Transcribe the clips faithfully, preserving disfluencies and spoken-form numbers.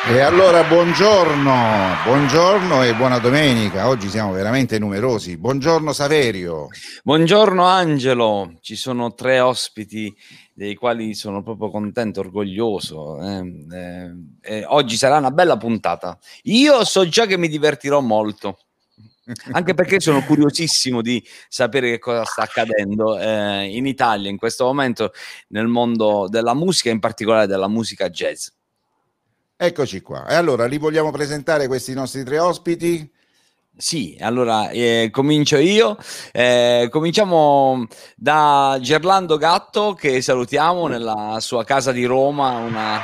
E allora buongiorno, buongiorno e buona domenica. Oggi siamo veramente numerosi. Buongiorno Saverio. Buongiorno Angelo, ci sono tre ospiti dei quali sono proprio contento, orgoglioso. Eh, eh, eh, oggi sarà una bella puntata. Io so già che mi divertirò molto, anche perché sono curiosissimo di sapere che cosa sta accadendo eh, in Italia in questo momento nel mondo della musica, in particolare della musica jazz. Eccoci qua. E allora li vogliamo presentare questi nostri tre ospiti? Sì, allora eh, comincio io. Eh, cominciamo da Gerlando Gatto, che salutiamo nella sua casa di Roma. Una,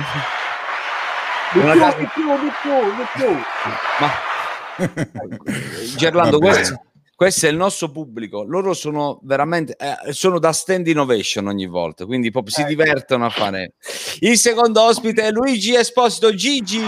Di una più, casa... di più, di più, di più. Ma Gerlando, questo, questo è il nostro pubblico. Loro sono veramente eh, sono da stand innovation ogni volta, quindi proprio si divertono a fare. Il secondo ospite è Luigi Esposito Gigi.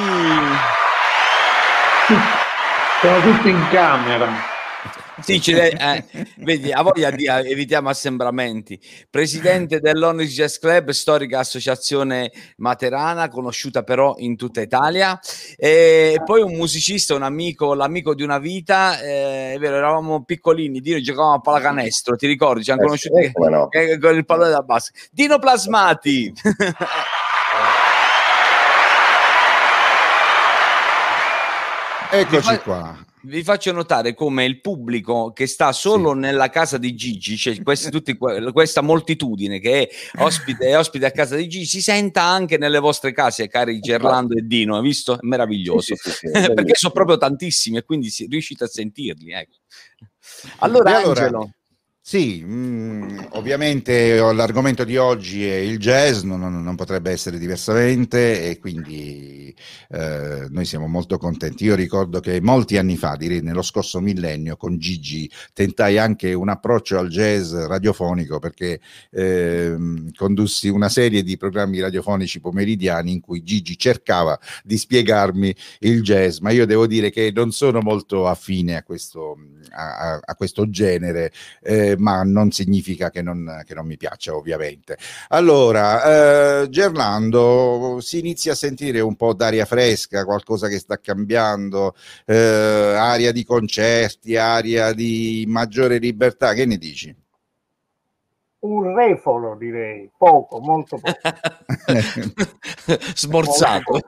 Sono tutti in camera. Sì, ce eh, vedi, a voglia di evitiamo assembramenti. Presidente dell'Onis Jazz Club, storica associazione materana, conosciuta però in tutta Italia, e poi un musicista, un amico, l'amico di una vita. Eh, è vero, eravamo piccolini, Dino giocavamo a pallacanestro, ti ricordi? Ci hanno Eh conosciuti sì, come no. eh, con il pallone da basket. Dino Plasmati. Eccoci qua. Vi faccio notare come il pubblico che sta solo sì. nella casa di Gigi, cioè questi, tutti, questa moltitudine che è ospite, è ospite a casa di Gigi, si senta anche nelle vostre case, cari Gerlando e Dino. Hai visto? È meraviglioso. Sì, sì, sì, perché sono proprio tantissimi e quindi si, riuscite a sentirli. Ecco. Allora, allora Angelo. Sì, mh, ovviamente l'argomento di oggi è il jazz, non, non potrebbe essere diversamente, e quindi eh, noi siamo molto contenti. Io ricordo che molti anni fa, direi nello scorso millennio, con Gigi tentai anche un approccio al jazz radiofonico, perché eh, condussi una serie di programmi radiofonici pomeridiani in cui Gigi cercava di spiegarmi il jazz, ma io devo dire che non sono molto affine a questo, a, a questo genere. Eh, ma non significa che non, che non mi piaccia, ovviamente. Allora, eh, Gerlando, si inizia a sentire un po' d'aria fresca, qualcosa che sta cambiando, eh, aria di concerti, aria di maggiore libertà, che ne dici? Un refolo, direi, poco, molto poco. Smorzato.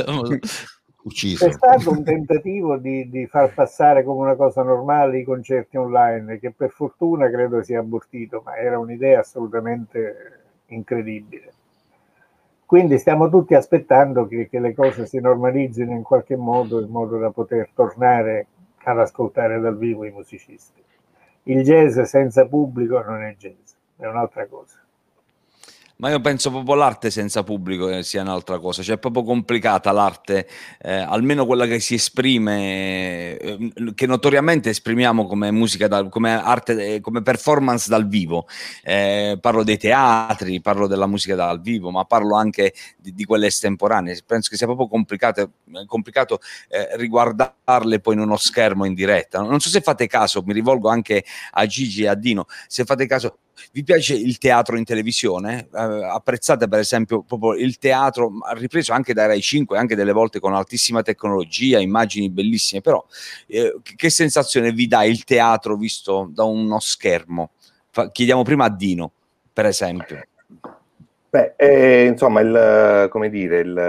Ucciso. C'è stato un tentativo di, di far passare come una cosa normale i concerti online, che per fortuna credo sia abortito, ma era un'idea assolutamente incredibile. Quindi stiamo tutti aspettando che, che le cose si normalizzino in qualche modo, in modo da poter tornare ad ascoltare dal vivo i musicisti. Il jazz senza pubblico non è jazz, è un'altra cosa. Ma io penso proprio l'arte senza pubblico eh, sia un'altra cosa, cioè è proprio complicata l'arte, eh, almeno quella che si esprime, eh, che notoriamente esprimiamo come musica, da, come arte, eh, come performance dal vivo. Eh, parlo dei teatri, parlo della musica dal vivo, ma parlo anche di, di quelle estemporanee. Penso che sia proprio complicato, complicato eh, riguardarle poi in uno schermo in diretta. Non so se fate caso, mi rivolgo anche a Gigi e a Dino, se fate caso. Vi piace il teatro in televisione? Eh, apprezzate per esempio proprio il teatro ripreso anche da Rai cinque, anche delle volte con altissima tecnologia, immagini bellissime, però eh, che sensazione vi dà il teatro visto da uno schermo? Fa, chiediamo prima a Dino, per esempio. Beh, eh, insomma, il, come dire, il,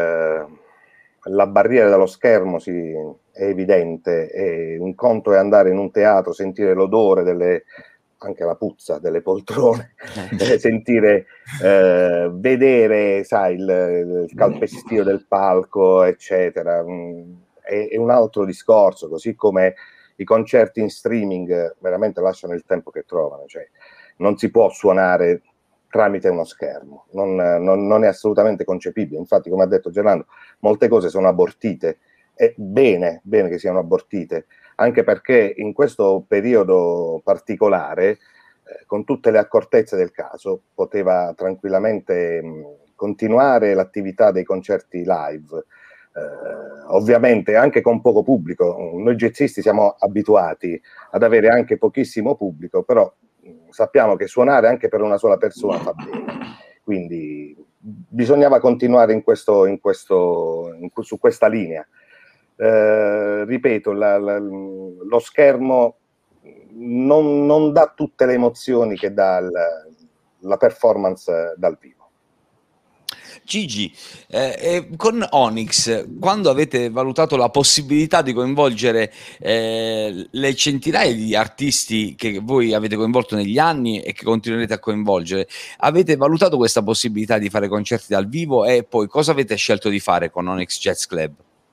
la barriera dallo schermo si, è evidente, e un conto è andare in un teatro, sentire l'odore delle... anche la puzza delle poltrone, eh, sentire, eh, vedere, sai, il, il calpestio del palco, eccetera, è, è un altro discorso, così come i concerti in streaming veramente lasciano il tempo che trovano, cioè non si può suonare tramite uno schermo, non, non, non è assolutamente concepibile. Infatti, come ha detto Gerlando, molte cose sono abortite, e bene, bene che siano abortite, anche perché in questo periodo particolare, eh, con tutte le accortezze del caso, poteva tranquillamente mh, continuare l'attività dei concerti live, eh, ovviamente anche con poco pubblico. Noi jazzisti siamo abituati ad avere anche pochissimo pubblico, però mh, sappiamo che suonare anche per una sola persona fa bene, quindi bisognava continuare in questo, in questo, in, su questa linea. Eh, ripeto, la, la, lo schermo non, non dà tutte le emozioni che dà la, la performance dal vivo. Gigi, eh, eh, con Onyx, quando avete valutato la possibilità di coinvolgere eh, le centinaia di artisti che voi avete coinvolto negli anni e che continuerete a coinvolgere, avete valutato questa possibilità di fare concerti dal vivo e poi cosa avete scelto di fare con Onyx Jazz Club?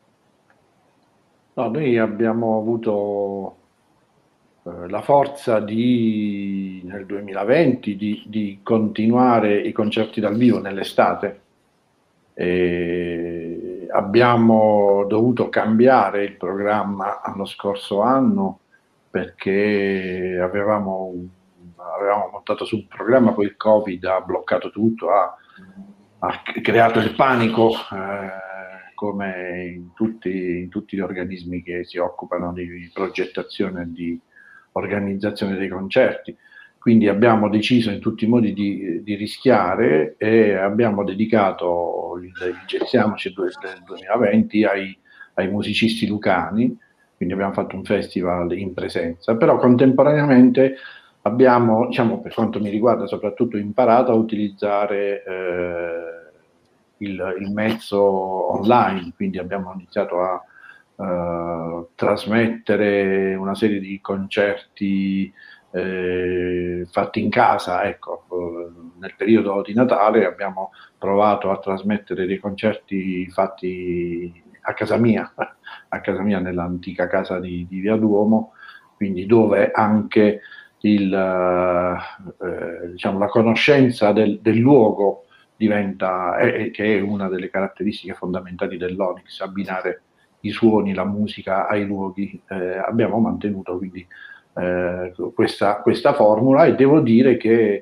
No, noi abbiamo avuto eh, la forza di, nel duemilaventi di, di continuare i concerti dal vivo nell'estate. E abbiamo dovuto cambiare il programma l'anno scorso anno perché avevamo, avevamo montato su un programma, poi il Covid ha bloccato tutto, ha, ha creato il panico eh, come in tutti, in tutti gli organismi che si occupano di progettazione e di organizzazione dei concerti. Quindi abbiamo deciso in tutti i modi di, di rischiare e abbiamo dedicato il, il Jazziamoci del duemilaventi ai, ai musicisti lucani, quindi abbiamo fatto un festival in presenza, però contemporaneamente abbiamo, diciamo, per quanto mi riguarda, soprattutto imparato a utilizzare eh, il, il mezzo online, quindi abbiamo iniziato a uh, trasmettere una serie di concerti Eh, fatti in casa, ecco. Nel periodo di Natale abbiamo provato a trasmettere dei concerti fatti a casa mia, a casa mia nell'antica casa di, di Via Duomo, quindi dove anche il, eh, diciamo, la conoscenza del, del luogo diventa, eh, che è una delle caratteristiche fondamentali dell'Onyx, abbinare i suoni, la musica ai luoghi. Eh, abbiamo mantenuto quindi Eh, questa, questa formula e devo dire che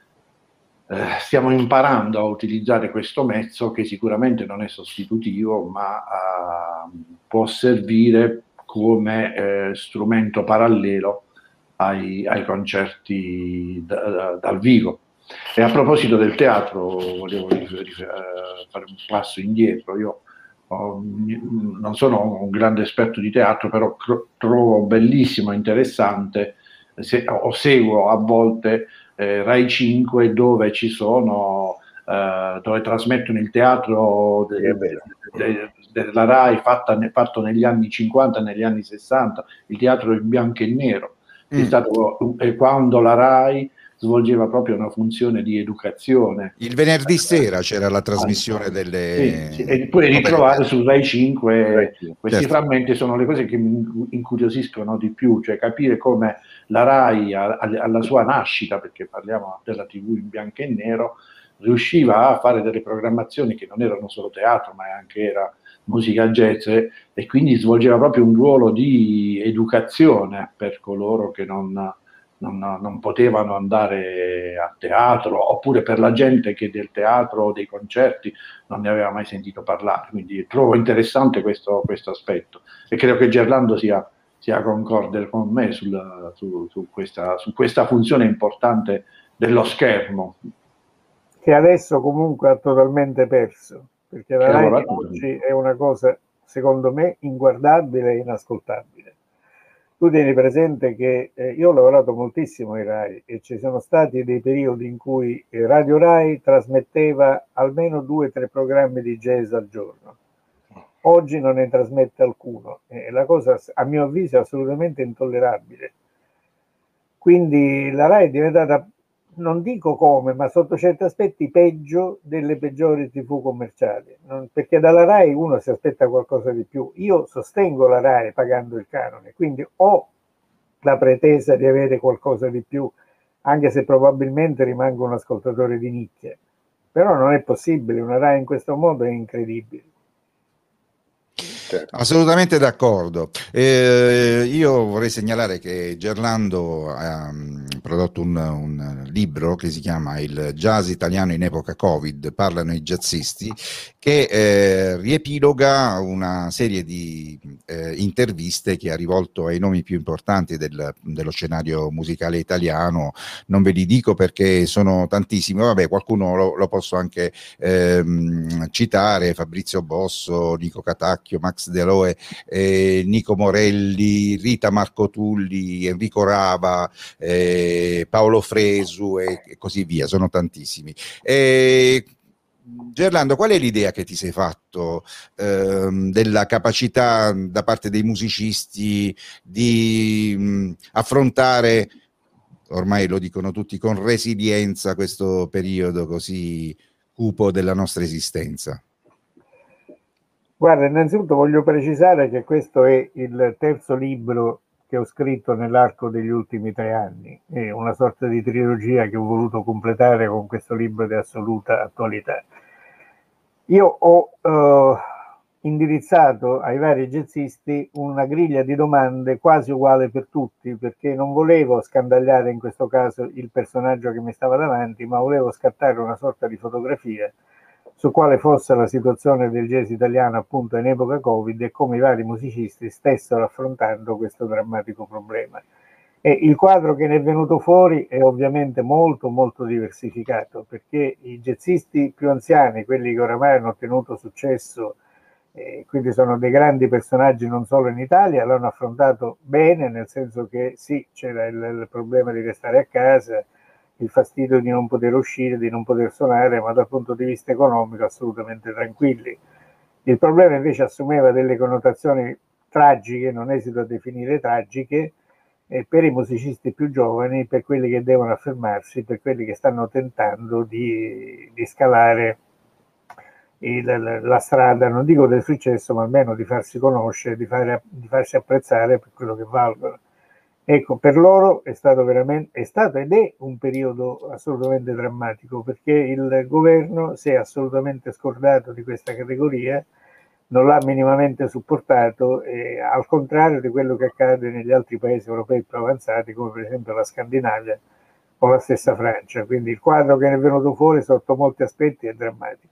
eh, stiamo imparando a utilizzare questo mezzo che sicuramente non è sostitutivo, ma eh, può servire come eh, strumento parallelo ai, ai concerti da, da, dal vivo. E a proposito del teatro, volevo rifer- rifer- fare un passo indietro. Io Oh, non sono un grande esperto di teatro, però cr- trovo bellissimo, interessante, se, o seguo a volte eh, Rai cinque dove ci sono, eh, dove trasmettono il teatro de, de, de, della Rai fatta, fatto negli anni cinquanta, negli anni sessanta, il teatro in bianco e nero. Mm. È stato, e quando la Rai svolgeva proprio una funzione di educazione. Il venerdì sera c'era la trasmissione ah, delle... Sì, sì. E poi ritrovare su Rai cinque questi certo. frammenti sono le cose che mi incuriosiscono di più, cioè capire come la Rai alla sua nascita, perché parliamo della tivù in bianco e nero, riusciva a fare delle programmazioni che non erano solo teatro, ma anche era musica jazz, e quindi svolgeva proprio un ruolo di educazione per coloro che non... Non, non potevano andare a teatro, oppure per la gente che del teatro o dei concerti non ne aveva mai sentito parlare. Quindi trovo interessante questo, questo aspetto e credo che Gerlando sia, sia concorde con me sul, su, su, questa, su questa funzione importante dello schermo. Che adesso comunque ha totalmente perso, perché la Rai oggi è una cosa, secondo me, inguardabile e inascoltabile. Tu tieni presente che eh, io ho lavorato moltissimo in Rai e ci sono stati dei periodi in cui Radio Rai trasmetteva almeno due o tre programmi di jazz al giorno. Oggi non ne trasmette alcuno e la cosa, a mio avviso, è assolutamente intollerabile. Quindi la Rai è diventata, non dico come, ma sotto certi aspetti peggio delle peggiori tivù commerciali, non, perché dalla Rai uno si aspetta qualcosa di più. Io sostengo la Rai pagando il canone, quindi ho la pretesa di avere qualcosa di più, anche se probabilmente rimango un ascoltatore di nicchia, però non è possibile, una Rai in questo modo è incredibile. Certo. Assolutamente d'accordo. Eh, io vorrei segnalare che Gerlando ha um, prodotto un, un libro che si chiama Il jazz italiano in epoca Covid, parlano i jazzisti, che eh, riepiloga una serie di eh, interviste che ha rivolto ai nomi più importanti del, dello scenario musicale italiano. Non ve li dico perché sono tantissimi, vabbè, qualcuno lo, lo posso anche ehm, citare: Fabrizio Bosso, Nico Catacchio, Max De Aloe, eh, Nico Morelli, Rita Marcotulli, Enrico Rava, eh, Paolo Fresu e, e così via, sono tantissimi. E, Gerlando, qual è l'idea che ti sei fatto ehm, della capacità da parte dei musicisti di mh, affrontare, ormai lo dicono tutti, con resilienza questo periodo così cupo della nostra esistenza? Guarda, innanzitutto voglio precisare che questo è il terzo libro che ho scritto nell'arco degli ultimi tre anni, è una sorta di trilogia che ho voluto completare con questo libro di assoluta attualità. Io ho eh, indirizzato ai vari jazzisti una griglia di domande quasi uguale per tutti, perché non volevo scandagliare in questo caso il personaggio che mi stava davanti, ma volevo scattare una sorta di fotografia su quale fosse la situazione del jazz italiano appunto in epoca Covid e come i vari musicisti stessero affrontando questo drammatico problema. E il quadro che ne è venuto fuori è ovviamente molto molto diversificato, perché i jazzisti più anziani, quelli che oramai hanno ottenuto successo, eh, quindi sono dei grandi personaggi non solo in Italia, l'hanno affrontato bene, nel senso che sì, c'era il, il problema di restare a casa, il fastidio di non poter uscire, di non poter suonare, ma dal punto di vista economico assolutamente tranquilli. Il problema invece assumeva delle connotazioni tragiche, non esito a definire tragiche, eh, per i musicisti più giovani, per quelli che devono affermarsi, per quelli che stanno tentando di, di scalare il, la strada, non dico del successo, ma almeno di farsi conoscere, di, fare, di farsi apprezzare per quello che valgono. Ecco, per loro è stato veramente, è stato ed è un periodo assolutamente drammatico, perché il governo si è assolutamente scordato di questa categoria, non l'ha minimamente supportato, e, al contrario di quello che accade negli altri paesi europei più avanzati, come per esempio la Scandinavia o la stessa Francia. Quindi il quadro che ne è venuto fuori sotto molti aspetti è drammatico.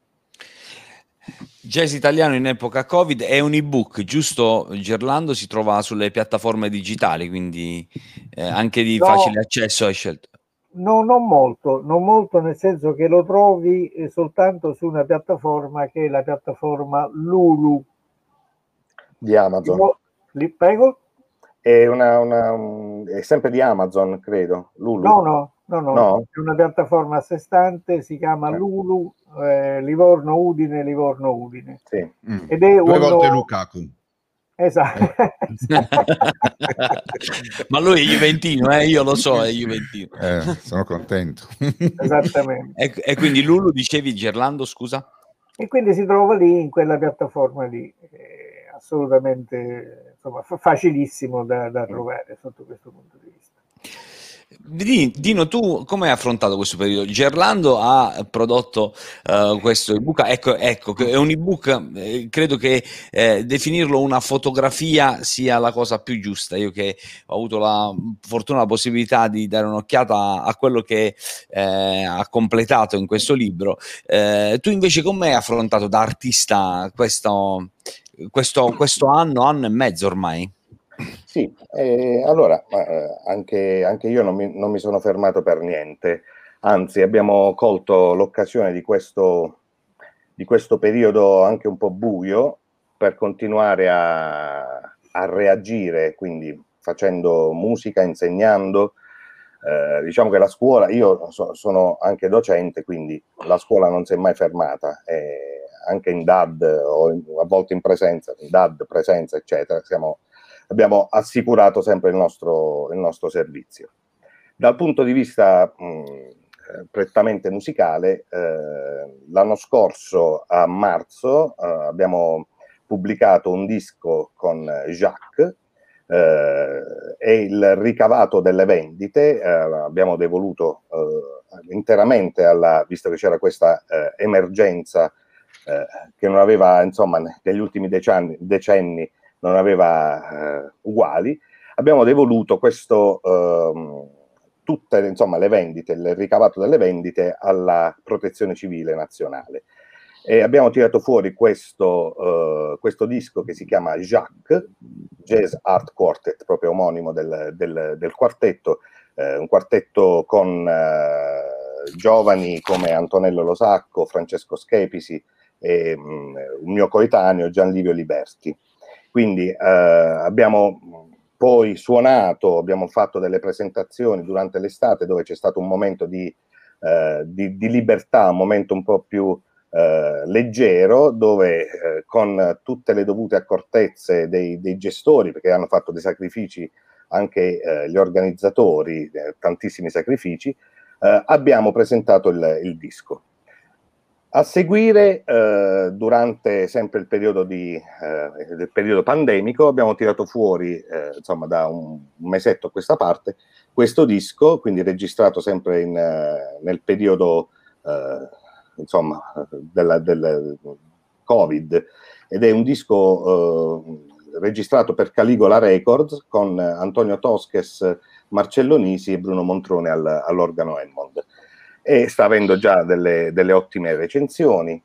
Jazz italiano in epoca Covid è un ebook, giusto Gerlando? Si trova sulle piattaforme digitali, quindi eh, anche di no, facile accesso hai scelto. No, non molto, non molto, nel senso che lo trovi eh, soltanto su una piattaforma che è la piattaforma Lulu di Amazon. Io, li, prego? È, una, una, un, è sempre di Amazon, credo. Lulu. No, no, no, no, no, è una piattaforma a sé stante, si chiama eh. Lulu eh, Livorno Udine, Livorno Udine. Sì. Mm. Ed è Due uno... volte Lukaku. Esatto. Ma lui è juventino, eh? Io lo so, è juventino. Eh, sono contento. Esattamente. E, e quindi Lulu, dicevi, Gerlando, scusa? E quindi si trova lì, in quella piattaforma lì, eh, assolutamente, insomma, facilissimo da, da trovare sotto questo punto di vista. Dino, tu come hai affrontato questo periodo? Gerlando ha prodotto uh, questo ebook, ecco, ecco, che è un ebook, eh, credo che eh, definirlo una fotografia sia la cosa più giusta. Io che ho avuto la fortuna, la possibilità di dare un'occhiata a, a quello che eh, ha completato in questo libro, eh, tu invece come hai affrontato da artista questo, questo, questo anno, anno e mezzo ormai? Sì, eh, allora eh, anche, anche io non mi, non mi sono fermato per niente, anzi abbiamo colto l'occasione di questo, di questo periodo anche un po' buio per continuare a, a reagire, quindi facendo musica, insegnando. Eh, diciamo che la scuola, io so, sono anche docente, quindi la scuola non si è mai fermata, eh, anche in D A D o in, a volte in presenza, in D A D, presenza, eccetera, siamo... abbiamo assicurato sempre il nostro, il nostro servizio. Dal punto di vista mh, prettamente musicale, eh, l'anno scorso a marzo eh, abbiamo pubblicato un disco con Jacques eh, e il ricavato delle vendite eh, abbiamo devoluto eh, interamente alla, visto che c'era questa eh, emergenza eh, che non aveva, insomma, negli ultimi decenni, decenni non aveva eh, uguali, abbiamo devoluto questo, eh, tutte insomma, le vendite, il ricavato delle vendite alla Protezione Civile Nazionale. E abbiamo tirato fuori questo, uh, questo disco che si chiama Jacques, Jazz Art Quartet, proprio omonimo del, del, del quartetto, uh, un quartetto con uh, giovani come Antonello Losacco, Francesco Schepisi e um, un mio coetaneo, Gianlivio Liberti. Quindi uh, abbiamo poi suonato, abbiamo fatto delle presentazioni durante l'estate dove c'è stato un momento di, uh, di, di libertà, un momento un po' più Uh, leggero, dove uh, con tutte le dovute accortezze dei, dei gestori, perché hanno fatto dei sacrifici anche uh, gli organizzatori, eh, tantissimi sacrifici, uh, abbiamo presentato il, il disco. A seguire, uh, durante sempre il periodo, di, uh, il periodo pandemico, abbiamo tirato fuori, uh, insomma, da un, un mesetto a questa parte, questo disco, quindi registrato sempre in, uh, nel periodo uh, insomma, della, del Covid, ed è un disco eh, registrato per Caligola Records con Antonio Tosches, Marcello Nisi e Bruno Montrone al, all'organo Hammond, e sta avendo già delle, delle ottime recensioni,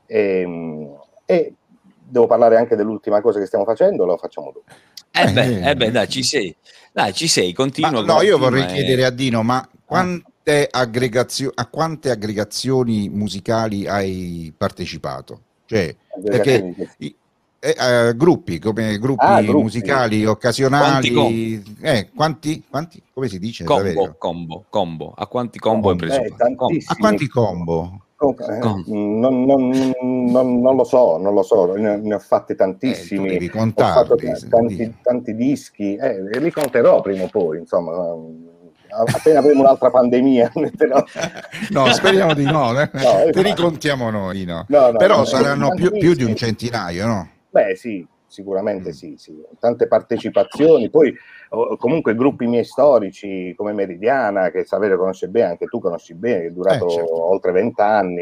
e, e devo parlare anche dell'ultima cosa che stiamo facendo, lo facciamo dopo. Eh beh, eh beh, dai, ci sei, dai, ci sei, continua. Ma, no, io vorrei e... chiedere a Dino, ma quante aggregazio- a quante aggregazioni musicali hai partecipato? Cioè, perché i, eh, eh, gruppi, come gruppi, ah, gruppi musicali occasionali, quanti, eh, quanti, quanti, come si dice? Combo, combo, combo, a quanti combo hai preso? Eh, a quanti combo? Eh, non, non, non, non lo so, non lo so, ne, ne ho fatte tantissimi, eh, devi contarli, ho fatto tanti, tanti dischi, eh, e li conterò prima o poi, insomma, appena avremo un'altra pandemia. Metterò... no, speriamo di no, eh? no te li contiamo noi, no. No, no, però no, saranno più, più di un centinaio, no? Beh sì, sicuramente mm. sì, sì, tante partecipazioni, poi oh, comunque gruppi miei storici come Meridiana, che Saverio conosce bene, anche tu conosci bene, che è durato eh, certo. oltre vent'anni,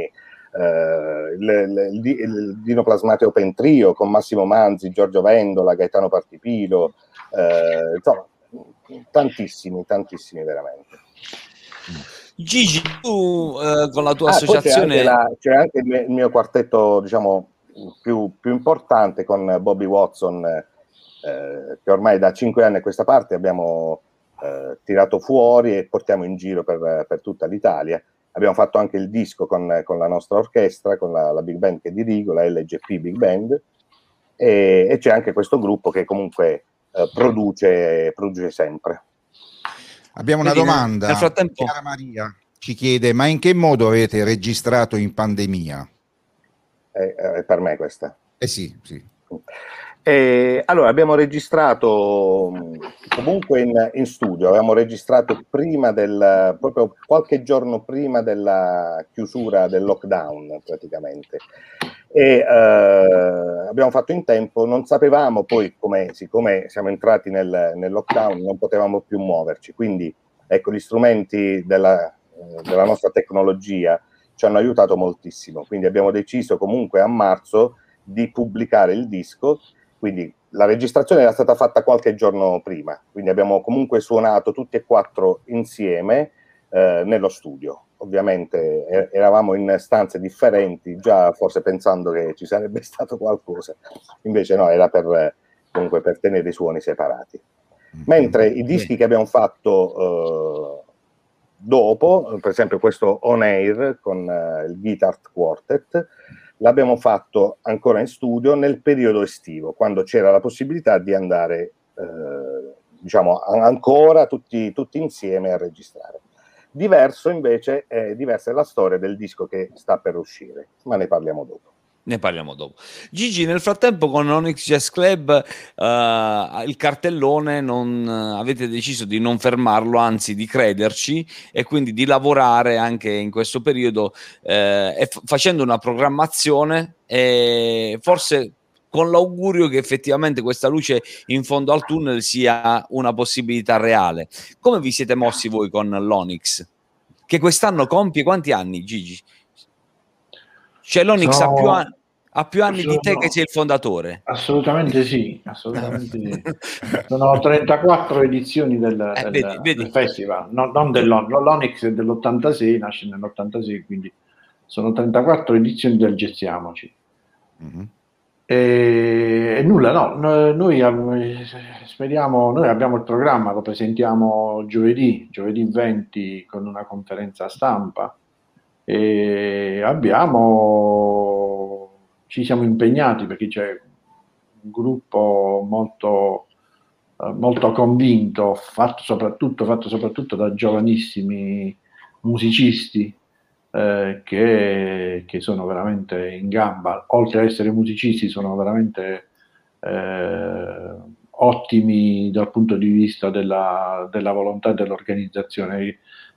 eh, il, il, il Dino Plasmate Open Trio con Massimo Manzi, Giorgio Vendola, Gaetano Partipilo, eh, insomma, tantissimi, tantissimi veramente. Gigi, tu eh, con la tua ah, associazione... C'è anche, la, c'è anche il, mio, il mio quartetto, diciamo, più, più importante con Bobby Watson, eh, che ormai da cinque anni a questa parte abbiamo eh, tirato fuori e portiamo in giro per, per tutta l'Italia. Abbiamo fatto anche il disco con, con la nostra orchestra, con la, la big band che dirigo, la L G P Big Band, e, e c'è anche questo gruppo che comunque eh, produce, produce sempre. Abbiamo una Quindi, domanda, nel frattempo... Chiara Maria ci chiede, ma in che modo avete registrato in pandemia? È, è per me questa. Eh sì, sì. E, allora, abbiamo registrato comunque in, in studio, abbiamo registrato prima del, proprio qualche giorno prima della chiusura del lockdown praticamente. E eh, abbiamo fatto in tempo, non sapevamo poi come, siccome siamo entrati nel, nel lockdown, non potevamo più muoverci, quindi ecco, gli strumenti della, della nostra tecnologia ci hanno aiutato moltissimo, quindi abbiamo deciso comunque a marzo di pubblicare il disco, quindi la registrazione era stata fatta qualche giorno prima, quindi abbiamo comunque suonato tutti e quattro insieme eh, nello studio. Ovviamente er- eravamo in stanze differenti, già forse pensando che ci sarebbe stato qualcosa, invece no, era per, comunque per tenere i suoni separati. Mentre i dischi che abbiamo fatto... Eh, dopo, per esempio questo On Air con uh, il Guitar Quartet, l'abbiamo fatto ancora in studio nel periodo estivo, quando c'era la possibilità di andare, eh, diciamo, ancora tutti, tutti insieme a registrare. Diverso invece, è diversa è la storia del disco che sta per uscire, ma ne parliamo dopo. Ne parliamo dopo. Gigi, nel frattempo con Onyx Jazz Club uh, il cartellone non, uh, avete deciso di non fermarlo, anzi di crederci e quindi di lavorare anche in questo periodo eh, e f- facendo una programmazione e forse con l'augurio che effettivamente questa luce in fondo al tunnel sia una possibilità reale. Come vi siete mossi voi con l'Onyx? Che quest'anno compie quanti anni, Gigi? Cioè l'Onyx Sono... ha più anni. Ha più anni di te che sei il fondatore. Assolutamente sì, assolutamente sì. Sono trentaquattro edizioni del, Eh, del, vedi, vedi. del festival, no, non dell'Onyx, è dell'ottantasei, nasce nell'ottantasei, quindi sono trentaquattro edizioni del Getziamoci. Mm-hmm. E, e nulla, no, noi speriamo, noi abbiamo il programma, lo presentiamo giovedì, giovedì venti con una conferenza stampa e abbiamo, ci siamo impegnati perché c'è un gruppo molto, molto convinto, fatto soprattutto, fatto soprattutto da giovanissimi musicisti eh, che, che sono veramente in gamba, oltre ad essere musicisti sono veramente eh, ottimi dal punto di vista della, della volontà e dell'organizzazione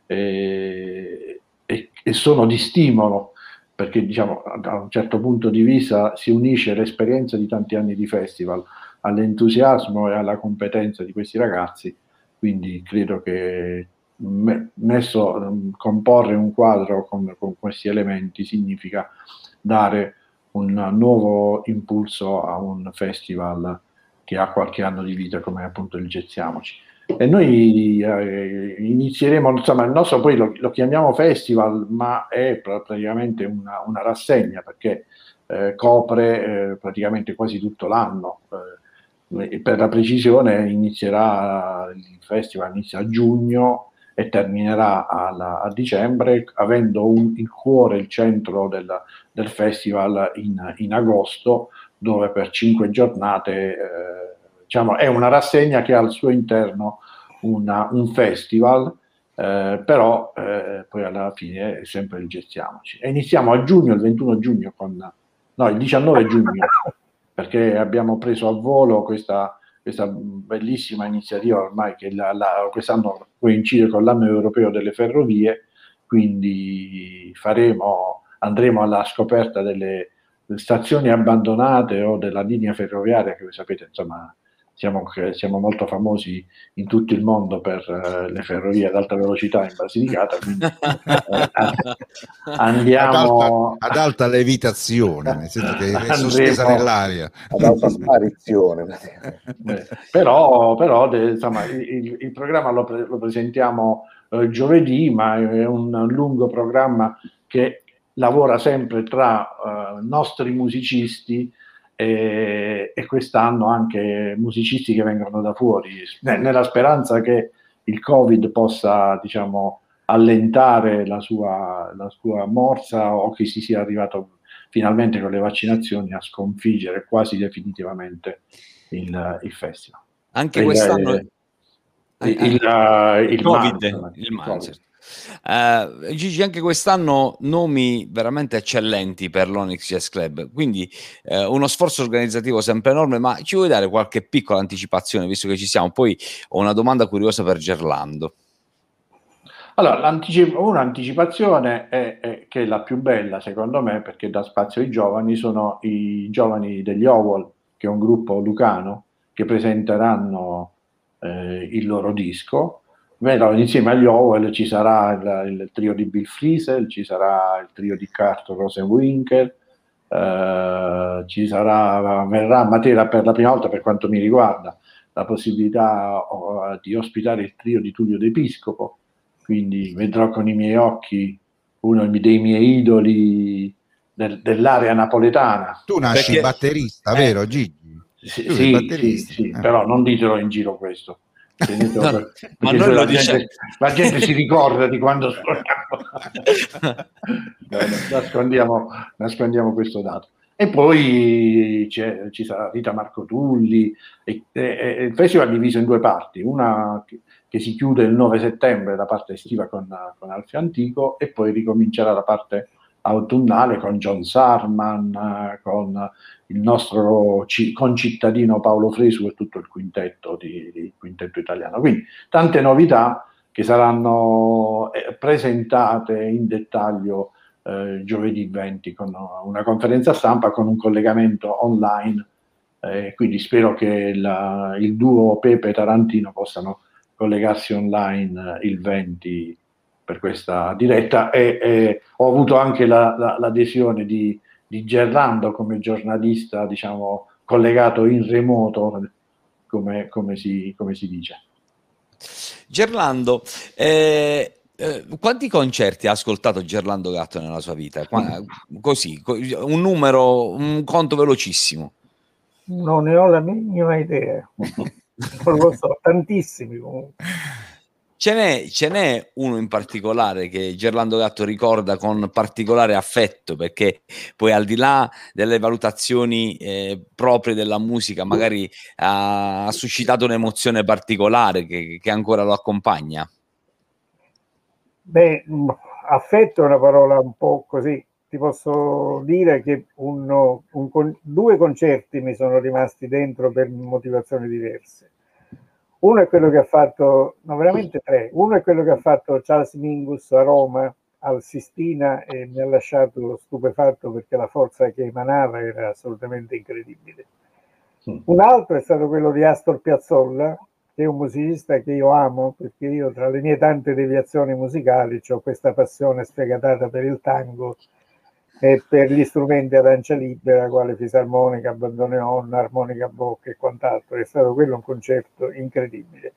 e, e, e sono di stimolo perché diciamo da un certo punto di vista si unisce l'esperienza di tanti anni di festival all'entusiasmo e alla competenza di questi ragazzi, quindi credo che messo comporre un quadro con, con questi elementi significa dare un nuovo impulso a un festival che ha qualche anno di vita come appunto il Getziamoci. E noi eh, inizieremo, insomma, il nostro poi lo, lo chiamiamo festival, ma è praticamente una, una rassegna perché eh, copre eh, praticamente quasi tutto l'anno. Eh, per la precisione inizierà il festival inizia a giugno e terminerà alla, a dicembre, avendo un, il cuore, il centro del, del festival in, in agosto, dove per cinque giornate eh, diciamo, è una rassegna che ha al suo interno una, un festival, eh, però eh, poi alla fine è sempre il Getziamoci. E iniziamo a giugno, il ventuno giugno, con, no, il diciannove giugno, perché abbiamo preso a volo questa, questa bellissima iniziativa ormai che la, la, quest'anno coincide con l'anno europeo delle ferrovie, quindi faremo, andremo alla scoperta delle stazioni abbandonate o della linea ferroviaria che voi sapete, insomma, siamo, siamo molto famosi in tutto il mondo per uh, le ferrovie ad alta velocità in Basilicata, quindi eh, andiamo ad alta, ad alta levitazione, nel senso che è sospesa nell'aria, ad alta sparizione. Beh, però, però de, insomma, il, il programma lo, pre, lo presentiamo eh, giovedì, ma è un lungo programma che lavora sempre tra uh, nostri musicisti e, e quest'anno anche musicisti che vengono da fuori, nella speranza che il Covid possa, diciamo, allentare la sua, la sua morsa o che si sia arrivato finalmente con le vaccinazioni a sconfiggere quasi definitivamente il, il festival. Anche il, quest'anno il, il, il, il Covid, man, il man, certo. Uh, Gigi, anche quest'anno nomi veramente eccellenti per l'Onyx Jazz Club, quindi uh, uno sforzo organizzativo sempre enorme, ma ci vuoi dare qualche piccola anticipazione, visto che ci siamo? Poi ho una domanda curiosa per Gerlando. Allora, l'anticip- un'anticipazione è, è che è la più bella secondo me, perché dà spazio ai giovani, sono i giovani degli Owol, che è un gruppo lucano, che presenteranno eh, il loro disco. Però insieme agli Owol ci sarà il, il trio di Bill Frisell, ci sarà il trio di Kurt Rosenwinkel, eh, ci sarà, verrà a Matera per la prima volta, per quanto mi riguarda, la possibilità oh, di ospitare il trio di Tullio D'Episcopo, quindi vedrò con i miei occhi uno dei miei idoli del, dell'area napoletana. Tu nasci perché, batterista, eh, vero Gigi? Sì, sì, sì, sì eh. Però non ditelo in giro questo. No, per, ma noi lo la, diciamo. gente, la gente si ricorda di quando suoniamo. No, no, nascondiamo, nascondiamo questo dato. E poi c'è, ci sarà Rita Marco Tulli. E, e, e il festival è diviso in due parti, una che, che si chiude il nove settembre, la parte estiva con, con Alfio Antico, e poi ricomincerà la parte autunnale con John Sarman, con il nostro concittadino Paolo Fresu e tutto il quintetto, di, il quintetto italiano. Quindi tante novità che saranno presentate in dettaglio eh, giovedì venti con una conferenza stampa con un collegamento online. Eh, quindi spero che la, il duo Pepe e Tarantino possano collegarsi online il venti per questa diretta e, e ho avuto anche la, la, l'adesione di di Gerlando come giornalista, diciamo, collegato in remoto, come, come, si, come si dice. Gerlando, eh, eh, quanti concerti ha ascoltato Gerlando Gatto nella sua vita? Qua, così, un numero, un conto velocissimo. Non ne ho la minima idea. Non lo so, tantissimi comunque. Ce n'è, ce n'è uno in particolare che Gerlando Gatto ricorda con particolare affetto, perché poi al di là delle valutazioni eh, proprie della musica, magari ha, ha suscitato un'emozione particolare che, che ancora lo accompagna. Beh, affetto è una parola un po' così. Ti posso dire che un, un, due concerti mi sono rimasti dentro per motivazioni diverse. Uno è quello che ha fatto, no veramente tre, uno è quello che ha fatto Charles Mingus a Roma, al Sistina, e mi ha lasciato stupefatto perché la forza che emanava era assolutamente incredibile. Un altro è stato quello di Astor Piazzolla, che è un musicista che io amo, perché io tra le mie tante deviazioni musicali ho questa passione sfegatata per il tango e per gli strumenti ad ancia libera, quale fisarmonica, bandoneon, armonica a bocca e quant'altro. È stato quello un concerto incredibile.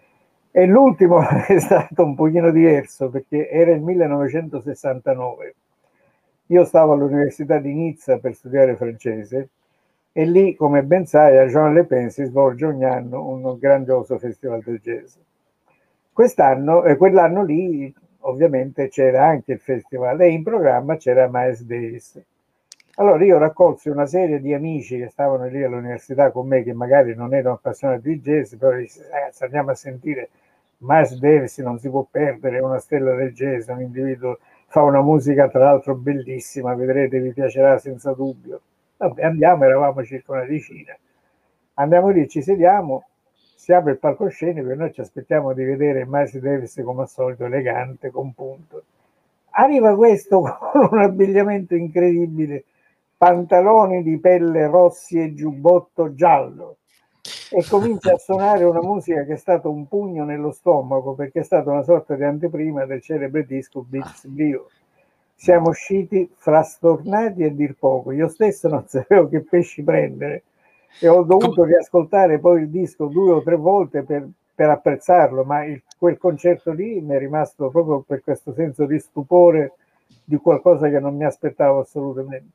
E l'ultimo è stato un pochino diverso, perché era il millenovecentosessantanove. Io stavo all'Università di Nizza per studiare francese e lì, come ben sai, a Jean Le Pen si svolge ogni anno un grandioso festival del jazz. Quest'anno, eh, quell'anno lì, ovviamente c'era anche il festival e in programma c'era Miles Davis. Allora io raccolsi una serie di amici che stavano lì all'università con me, che magari non erano appassionati di jazz, però dissi, ragazzi, andiamo a sentire Miles Davis, non si può perdere, è una stella del jazz, un individuo, fa una musica tra l'altro bellissima, vedrete, vi piacerà senza dubbio. Vabbè, andiamo, eravamo circa una decina. Andiamo lì, ci sediamo, si apre il palcoscenico e noi ci aspettiamo di vedere Miles Davis come al solito, elegante, con punto. Arriva questo con un abbigliamento incredibile, pantaloni di pelle rossi e giubbotto giallo, e comincia a suonare una musica che è stato un pugno nello stomaco, perché è stata una sorta di anteprima del celebre disco Beats Brio. Siamo usciti frastornati a dir poco, io stesso non sapevo che pesci prendere e ho dovuto riascoltare poi il disco due o tre volte per, per apprezzarlo, ma il, quel concerto lì mi è rimasto proprio per questo senso di stupore di qualcosa che non mi aspettavo assolutamente.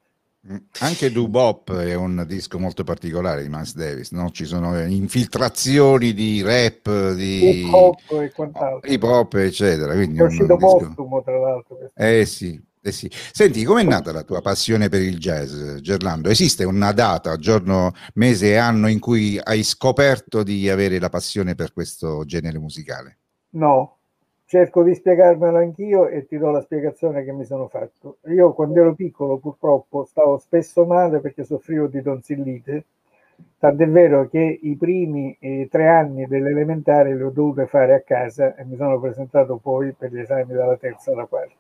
Anche Doo-Bop è un disco molto particolare di Miles Davis, no? Ci sono infiltrazioni di rap, di hip hop e quant'altro. Hip hop, eccetera. Quindi è uscito un, un disco... postumo, tra l'altro. Eh sì, eh sì. Senti, com'è nata la tua passione per il jazz, Gerlando? Esiste una data, giorno, mese e anno in cui hai scoperto di avere la passione per questo genere musicale? No. Cerco di spiegarmelo anch'io e ti do la spiegazione che mi sono fatto. Io quando ero piccolo purtroppo stavo spesso male perché soffrivo di tonsillite, tant'è vero che i primi eh, tre anni dell'elementare li ho dovute fare a casa e mi sono presentato poi per gli esami dalla terza alla quarta.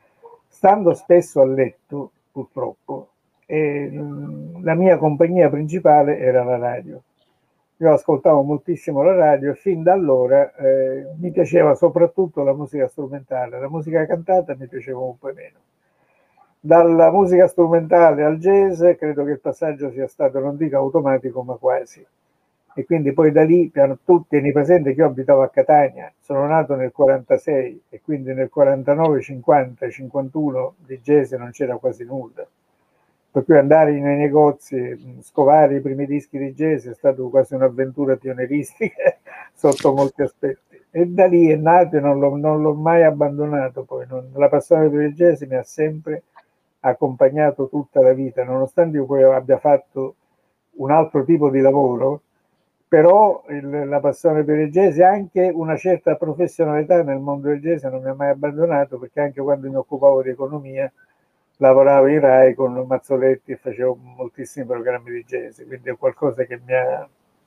Stando spesso a letto, purtroppo, eh, la mia compagnia principale era la radio. Io ascoltavo moltissimo la radio e fin da allora eh, mi piaceva soprattutto la musica strumentale, la musica cantata mi piaceva un po' meno. Dalla musica strumentale al jazz credo che il passaggio sia stato, non dico automatico, ma quasi. E quindi poi da lì, tu tieni presente che io abitavo a Catania, sono nato nel quarantasei e quindi nel quarantanove, cinquanta, cinquantuno di jazz non c'era quasi nulla. Per cui andare nei negozi, scovare i primi dischi di jazz è stata quasi un'avventura pionieristica sotto molti aspetti. E da lì è nato e non l'ho, non l'ho mai abbandonato. Poi non, la passione per il jazz mi ha sempre accompagnato tutta la vita, nonostante io poi abbia fatto un altro tipo di lavoro, però il, la passione per il jazz e anche una certa professionalità nel mondo del jazz non mi ha mai abbandonato, perché anche quando mi occupavo di economia lavoravo in Rai con Mazzoletti e facevo moltissimi programmi di jazz, quindi è qualcosa che mi ha,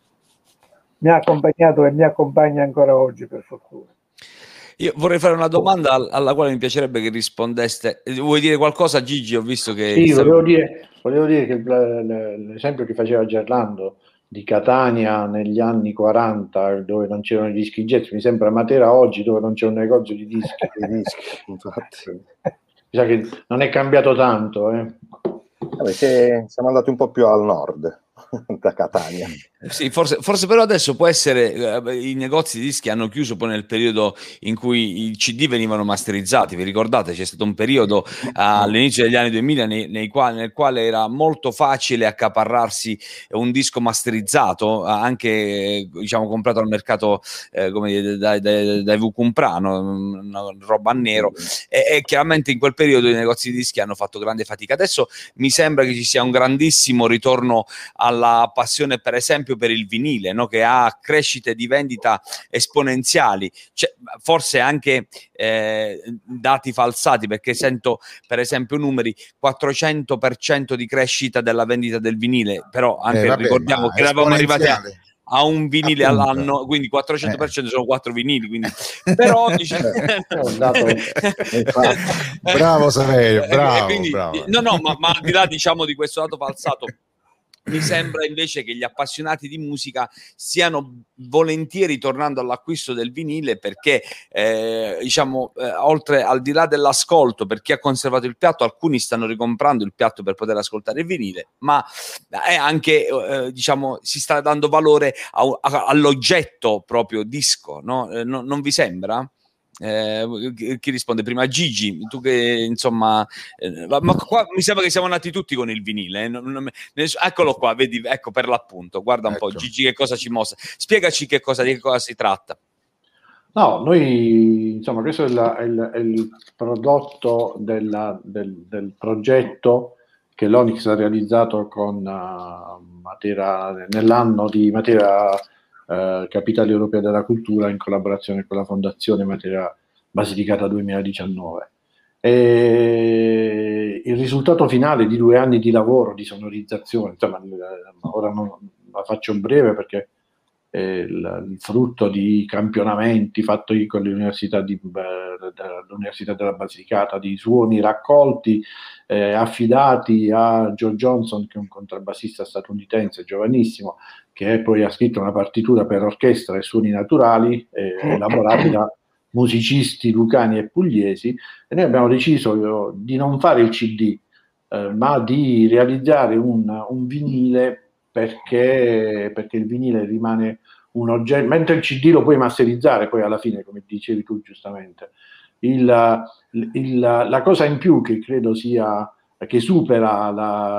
mi ha accompagnato e mi accompagna ancora oggi, per fortuna. Io vorrei fare una domanda alla quale mi piacerebbe che rispondeste. Vuoi dire qualcosa, Gigi? Ho visto che... Sì, volevo dire, volevo dire che l'esempio che faceva Gerlando di Catania negli anni quaranta, dove non c'erano i dischi jazz, mi sembra Matera oggi, dove non c'è un negozio di dischi. Di dischi infatti. Mi sa che non è cambiato tanto, eh. Vabbè, se siamo andati un po' più al nord da Catania. Sì, forse, forse però adesso può essere, eh, i negozi di dischi hanno chiuso poi nel periodo in cui i C D venivano masterizzati, vi ricordate? C'è stato un periodo uh, all'inizio degli anni duemila nei, nei quali, nel quale era molto facile accaparrarsi un disco masterizzato, anche diciamo comprato al mercato, eh, come dire, dai, dai, dai V. Cumprano, una roba a nero, e, e chiaramente in quel periodo i negozi di dischi hanno fatto grande fatica. Adesso mi sembra che ci sia un grandissimo ritorno alla passione, per esempio, per il vinile, no? Che ha crescite di vendita esponenziali, cioè, forse anche eh, dati falsati, perché sento per esempio numeri quattrocento per cento di crescita della vendita del vinile, però anche eh, vabbè, ricordiamo che eravamo arrivati a, a un vinile appunto all'anno, quindi quattrocento per cento eh. sono quattro vinili, quindi però diciamo... bravo Saverio, bravo, quindi, bravo. no no ma, ma al di là diciamo di questo dato falsato, mi sembra invece che gli appassionati di musica stiano volentieri tornando all'acquisto del vinile, perché eh, diciamo eh, oltre al di là dell'ascolto, per chi ha conservato il piatto, alcuni stanno ricomprando il piatto per poter ascoltare il vinile, ma è anche eh, diciamo si sta dando valore a, a, all'oggetto proprio disco, no? Eh, no, non vi sembra? Eh, chi risponde prima? Gigi, tu che insomma eh, ma qua mi sembra che siamo nati tutti con il vinile, eh? non, non, ness- eccolo qua, vedi, ecco per l'appunto, guarda un ecco. po' Gigi che cosa ci mostra, spiegaci che cosa, di che cosa si tratta. No, noi insomma questo è, la, è, il, è il prodotto della, del, del progetto che l'Onyx ha realizzato con uh, Matera, nell'anno di Matera Uh, Capitale Europea della Cultura, in collaborazione con la Fondazione Matera Basilicata duemiladiciannove. E il risultato finale di due anni di lavoro, di sonorizzazione, insomma, ora non la faccio breve perché è il, il frutto di campionamenti fatti con l'Università, di, l'Università della Basilicata, di suoni raccolti, eh, affidati a Joe Johnson, che è un contrabbassista statunitense giovanissimo, che poi ha scritto una partitura per orchestra e suoni naturali, eh, elaborati da musicisti lucani e pugliesi, e noi abbiamo deciso di non fare il C D, eh, ma di realizzare un, un vinile, perché, perché il vinile rimane un oggetto, mentre il C D lo puoi masterizzare poi alla fine, come dicevi tu giustamente. Il, il, la cosa in più che credo sia, che supera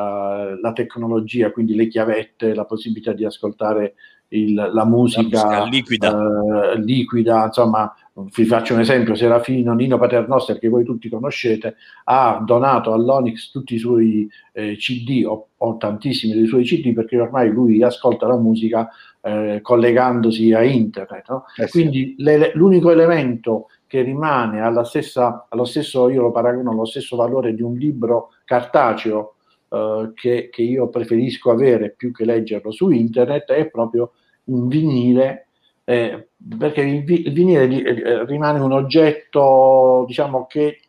la, la tecnologia, quindi le chiavette, la possibilità di ascoltare il, la musica, la musica liquida. Eh, liquida, insomma, vi faccio un esempio: Serafino Nino Paternoster, che voi tutti conoscete, ha donato all'Onyx tutti i suoi eh, C D, o, o tantissimi dei suoi C D, perché ormai lui ascolta la musica eh, collegandosi a internet, no? Eh sì. Quindi le, l'unico elemento che rimane alla stessa, allo stesso, io lo paragono allo stesso valore di un libro cartaceo, eh, che, che io preferisco avere più che leggerlo su internet, è proprio un vinile, eh, perché il, il vinile eh, rimane un oggetto, diciamo, che,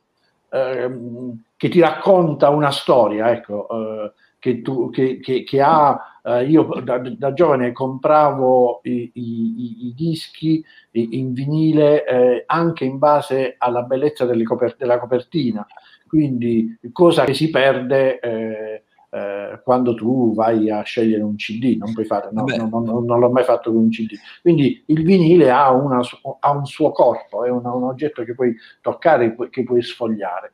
eh, che ti racconta una storia, ecco, eh, che, tu, che, che, che ha, eh, io da, da giovane compravo i, i, i dischi in vinile eh, anche in base alla bellezza delle coper- della copertina, quindi cosa che si perde eh, eh, quando tu vai a scegliere un C D, non puoi fare, no, no, no, no, non l'ho mai fatto con un C D, quindi il vinile ha, una, ha un suo corpo, è un, un oggetto che puoi toccare, che puoi sfogliare.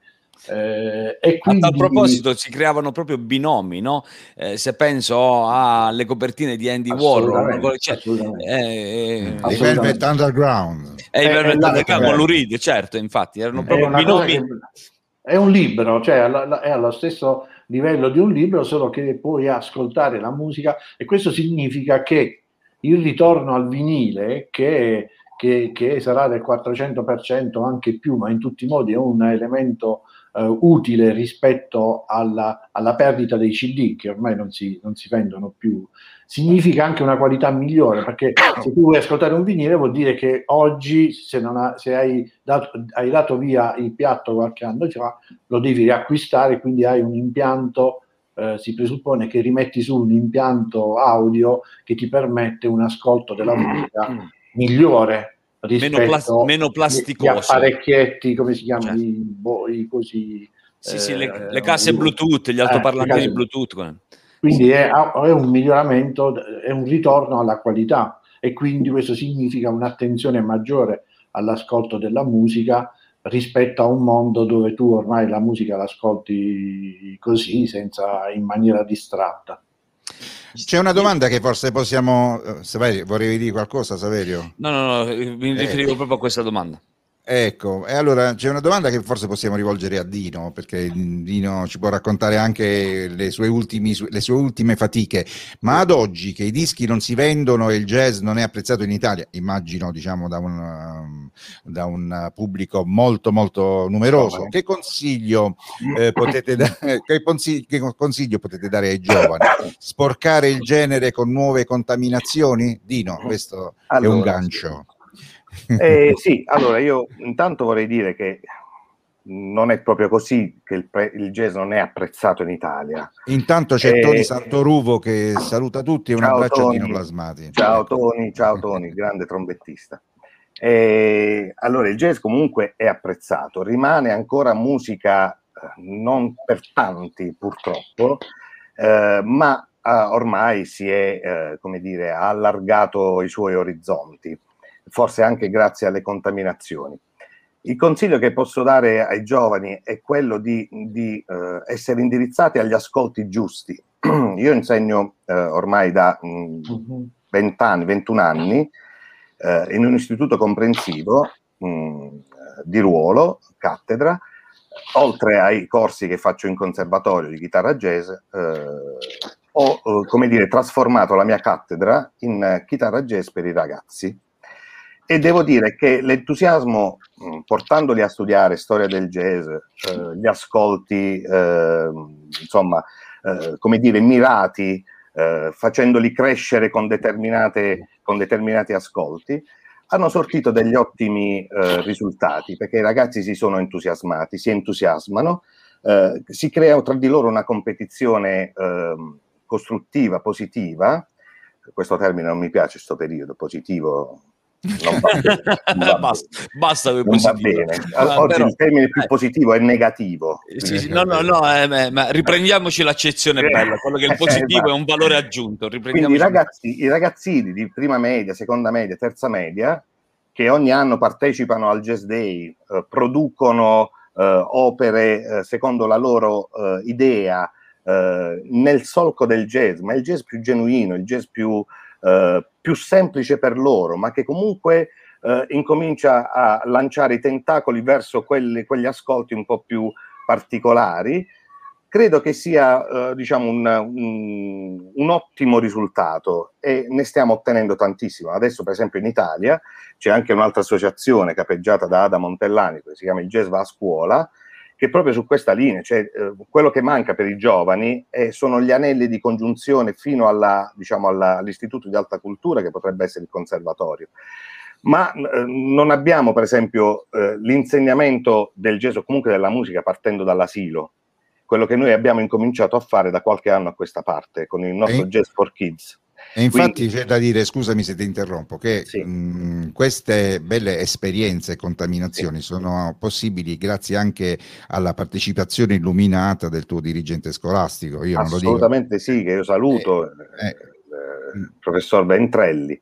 Eh, e quindi... A tal proposito si creavano proprio binomi, no? Eh, se penso alle copertine di Andy Warhol, cioè, eh, i Velvet Underground, e i Velvet Underground con Lurid, certo, infatti erano proprio binomi. Che, è un libro, cioè è allo stesso livello di un libro, solo che puoi ascoltare la musica, e questo significa che il ritorno al vinile, che, che, che sarà del quattrocento per cento, anche più, ma in tutti i modi è un elemento Uh, utile rispetto alla, alla perdita dei C D, che ormai non si, non si vendono più, significa anche una qualità migliore, perché se tu vuoi ascoltare un vinile vuol dire che oggi, se, non ha, se hai, dato, hai dato via il piatto qualche anno fa, lo devi riacquistare, quindi hai un impianto, eh, si presuppone che rimetti su un impianto audio che ti permette un ascolto della musica migliore, rispetto meno, plas- meno plasticoso, gli apparecchietti, come si chiamano, cioè. i, boh, i così, Sì, sì, le, eh, le casse Bluetooth, gli altoparlantini eh, Bluetooth. Quindi è, è un miglioramento, è un ritorno alla qualità, e quindi questo significa un'attenzione maggiore all'ascolto della musica rispetto a un mondo dove tu ormai la musica l'ascolti così, senza, in maniera distratta. C'è una domanda che forse possiamo... Saverio, volevi dire qualcosa, Saverio? No, no, no, mi riferivo eh. proprio a questa domanda. Ecco, e allora c'è una domanda che forse possiamo rivolgere a Dino, perché Dino ci può raccontare anche le sue, ultimi, le sue ultime fatiche, ma ad oggi che i dischi non si vendono e il jazz non è apprezzato in Italia, immagino diciamo da un, da un pubblico molto molto numeroso, che consiglio, eh, potete da- che, consiglio, che consiglio potete dare ai giovani? Sporcare il genere con nuove contaminazioni? Dino, questo allora, è un gancio. Eh, sì, allora io intanto vorrei dire che non è proprio così, che il, pre- il jazz non è apprezzato in Italia. Intanto c'è eh, Toni Santoruvo che saluta tutti e un abbraccio Tony, a Dino Plasmati. Ciao ecco. Toni, ciao Toni, grande trombettista. Eh, allora il jazz comunque è apprezzato, rimane ancora musica non per tanti purtroppo, eh, ma eh, ormai si è, eh, come dire, ha allargato i suoi orizzonti, forse anche grazie alle contaminazioni. Il consiglio che posso dare ai giovani è quello di, di eh, essere indirizzati agli ascolti giusti. Io insegno eh, ormai da venti anni, ventuno anni eh, in un istituto comprensivo mh, di ruolo, cattedra, oltre ai corsi che faccio in conservatorio di chitarra jazz, eh, ho, eh, come dire, trasformato la mia cattedra in chitarra jazz per i ragazzi. E devo dire che l'entusiasmo, mh, portandoli a studiare storia del jazz, eh, gli ascolti, eh, insomma, eh, come dire, mirati, eh, facendoli crescere con, determinate, con determinati ascolti, hanno sortito degli ottimi eh, risultati, perché i ragazzi si sono entusiasmati, si entusiasmano, eh, si crea tra di loro una competizione eh, costruttiva, positiva. Questo termine non mi piace, questo periodo positivo. Non va bene, non va basta, bene. basta non va bene. Ah, oggi però, il termine più eh. positivo è negativo. Sì, sì, no, no, no, eh, ma riprendiamoci l'accezione eh. bella, quello che il positivo eh, è un valore aggiunto. Quindi i ragazzi, i ragazzini di prima media, seconda media, terza media, che ogni anno partecipano al Jazz Day, eh, producono eh, opere eh, secondo la loro eh, idea, eh, nel solco del jazz, ma il jazz più genuino, il jazz più Uh, più semplice per loro, ma che comunque uh, incomincia a lanciare i tentacoli verso quelli, quegli ascolti un po' più particolari, credo che sia uh, diciamo un, un, un ottimo risultato, e ne stiamo ottenendo tantissimo. Adesso per esempio in Italia c'è anche un'altra associazione capeggiata da Ada Montellani, che si chiama Il Jazz Va a Scuola, che proprio su questa linea, cioè eh, quello che manca per i giovani eh, sono gli anelli di congiunzione fino alla, diciamo, alla, all'istituto di alta cultura, che potrebbe essere il conservatorio. Ma eh, non abbiamo per esempio eh, l'insegnamento del jazz o comunque della musica partendo dall'asilo, quello che noi abbiamo incominciato a fare da qualche anno a questa parte con il nostro e, Jazz for Kids. E infatti Quindi, c'è da dire, scusami se ti interrompo, che sì. mh, queste belle esperienze e contaminazioni sì. sono possibili grazie anche alla partecipazione illuminata del tuo dirigente scolastico. Io Assolutamente non lo dico. sì, che io saluto, eh, eh, il professor Ventrelli.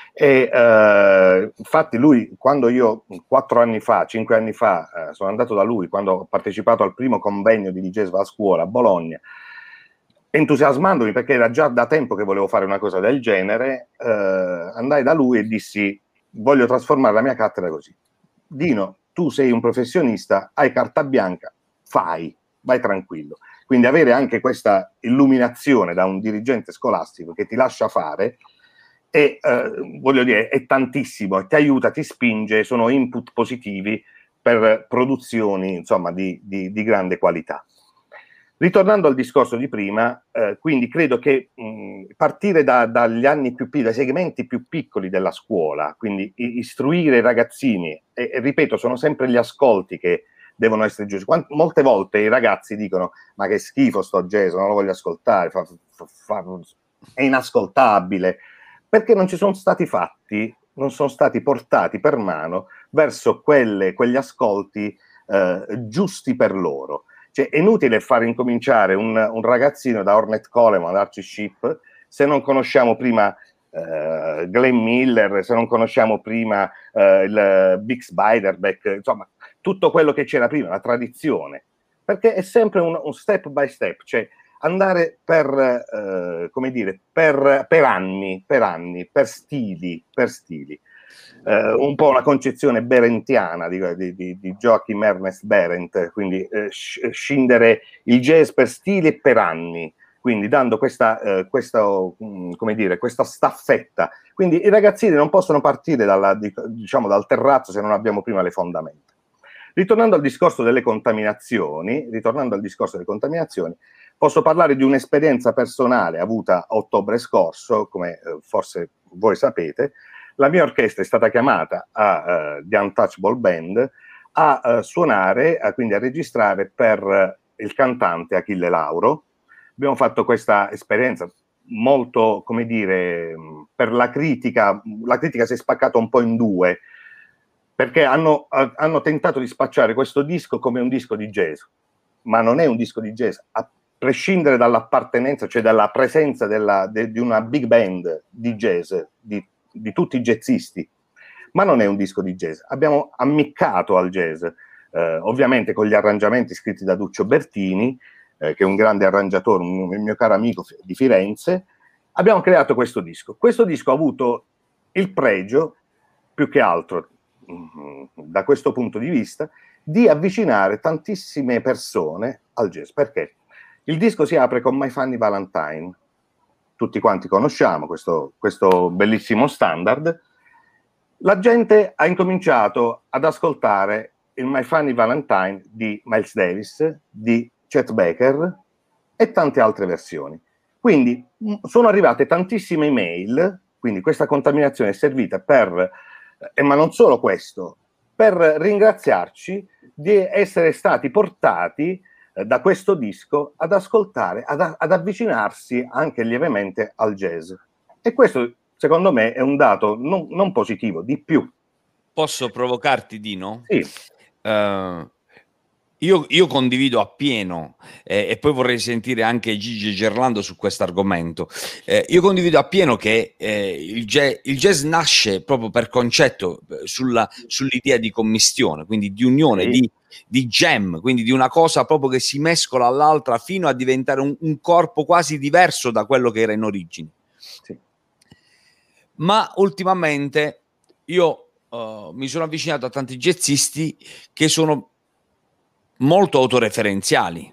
E eh, infatti lui, quando io quattro anni fa, cinque anni fa, eh, sono andato da lui, quando ho partecipato al primo convegno di Jazz Va a Scuola a Bologna, entusiasmandomi perché era già da tempo che volevo fare una cosa del genere, eh, andai da lui e dissi: voglio trasformare la mia cattedra così. Dino, tu sei un professionista, hai carta bianca, fai, vai tranquillo. Quindi avere anche questa illuminazione da un dirigente scolastico che ti lascia fare è, eh, voglio dire, è tantissimo, ti aiuta, ti spinge, sono input positivi per produzioni, insomma, di, di, di grande qualità. Ritornando al discorso di prima, eh, quindi credo che mh, partire da, dagli anni più piccoli, dai segmenti più piccoli della scuola, quindi istruire i ragazzini, e, e ripeto, sono sempre gli ascolti che devono essere giusti. Quant- molte volte i ragazzi dicono: ma che schifo sto jazz, non lo voglio ascoltare, fa, fa, fa, è inascoltabile, perché non ci sono stati fatti, non sono stati portati per mano verso quelle, quegli ascolti eh, giusti per loro. Cioè, è inutile far incominciare un, un ragazzino da Ornette Coleman ad Archie Shepp se non conosciamo prima uh, Glenn Miller, se non conosciamo prima uh, il Bix Beiderbecke, insomma, tutto quello che c'era prima, la tradizione. Perché è sempre un, un step by step, cioè andare per, uh, come dire, per, per anni, per anni, per stili, per stili. Uh, un po' una concezione berentiana di, di, di Joachim Ernest Berendt, quindi uh, scindere il jazz per stili e per anni, quindi dando questa, uh, questa, um, come dire, questa staffetta. Quindi i ragazzini non possono partire dalla, di, diciamo, dal terrazzo se non abbiamo prima le fondamenta. Ritornando al discorso delle contaminazioni, ritornando al discorso delle contaminazioni, posso parlare di un'esperienza personale avuta a ottobre scorso, come uh, forse voi sapete. La mia orchestra è stata chiamata a uh, The Untouchable Band a uh, suonare, a, quindi a registrare per uh, il cantante Achille Lauro. Abbiamo fatto questa esperienza molto, come dire, per la critica, la critica si è spaccata un po' in due, perché hanno, uh, hanno tentato di spacciare questo disco come un disco di jazz, ma non è un disco di jazz, a prescindere dall'appartenenza, cioè dalla presenza della, de, di una big band di jazz, di di tutti i jazzisti, ma non è un disco di jazz. Abbiamo ammiccato al jazz, eh, ovviamente con gli arrangiamenti scritti da Duccio Bertini, eh, che è un grande arrangiatore, un, un mio caro amico di Firenze. Abbiamo creato questo disco. Questo disco ha avuto il pregio, più che altro, mh, da questo punto di vista, di avvicinare tantissime persone al jazz. Perché? Il disco si apre con My Funny Valentine, tutti quanti conosciamo questo, questo bellissimo standard. La gente ha incominciato ad ascoltare il My Funny Valentine di Miles Davis, di Chet Baker e tante altre versioni. Quindi sono arrivate tantissime email, quindi questa contaminazione è servita per, eh, ma non solo questo, per ringraziarci di essere stati portati da questo disco ad ascoltare, ad, ad avvicinarsi anche lievemente al jazz. E questo, secondo me, è un dato non, non positivo, di più. Posso provocarti, Dino? Sì. Uh, io, io condivido appieno, eh, e poi vorrei sentire anche Gigi Gerlando su questo argomento. Eh, io condivido appieno che eh, il, jazz, il jazz nasce proprio per concetto sulla, sull'idea di commistione, quindi di unione, sì. di di jam, quindi di una cosa proprio che si mescola all'altra fino a diventare un, un corpo quasi diverso da quello che era in origine. Sì. Ma ultimamente io uh, mi sono avvicinato a tanti jazzisti che sono molto autoreferenziali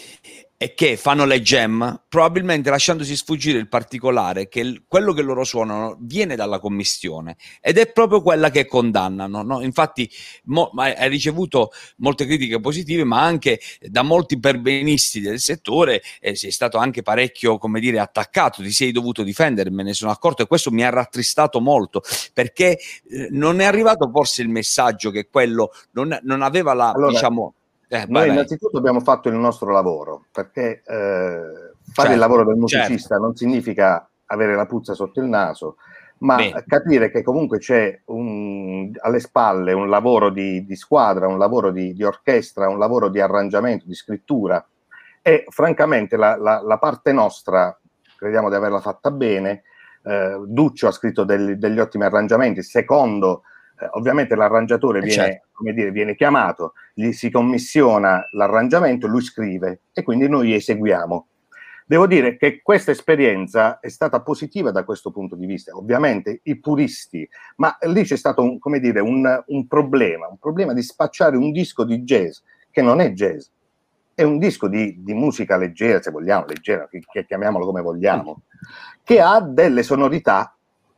e che fanno le jam, probabilmente lasciandosi sfuggire il particolare che il, quello che loro suonano viene dalla commistione ed è proprio quella che condannano, no? Infatti mo, hai ricevuto molte critiche positive, ma anche da molti perbenisti del settore eh, sei stato anche parecchio, come dire, attaccato, ti sei dovuto difendere, me ne sono accorto, e questo mi ha rattristato molto, perché eh, non è arrivato forse il messaggio che quello non, non aveva la, allora, diciamo... Eh, Noi vai, innanzitutto vai. abbiamo fatto il nostro lavoro, perché eh, fare certo, il lavoro del musicista certo. non significa avere la puzza sotto il naso, ma Beh. capire che comunque c'è un, alle spalle un lavoro di, di squadra, un lavoro di, di orchestra, un lavoro di arrangiamento, di scrittura, e francamente la, la, la parte nostra crediamo di averla fatta bene. eh, Duccio ha scritto del, degli ottimi arrangiamenti, secondo Eh, ovviamente l'arrangiatore viene, certo. come dire, viene chiamato, gli si commissiona l'arrangiamento, lui scrive e quindi noi eseguiamo. Devo dire che questa esperienza è stata positiva da questo punto di vista. Ovviamente i puristi, ma lì c'è stato un, come dire, un, un problema, un problema di spacciare un disco di jazz che non è jazz, è un disco di, di musica leggera, se vogliamo, leggera, che, che chiamiamolo come vogliamo, che ha delle sonorità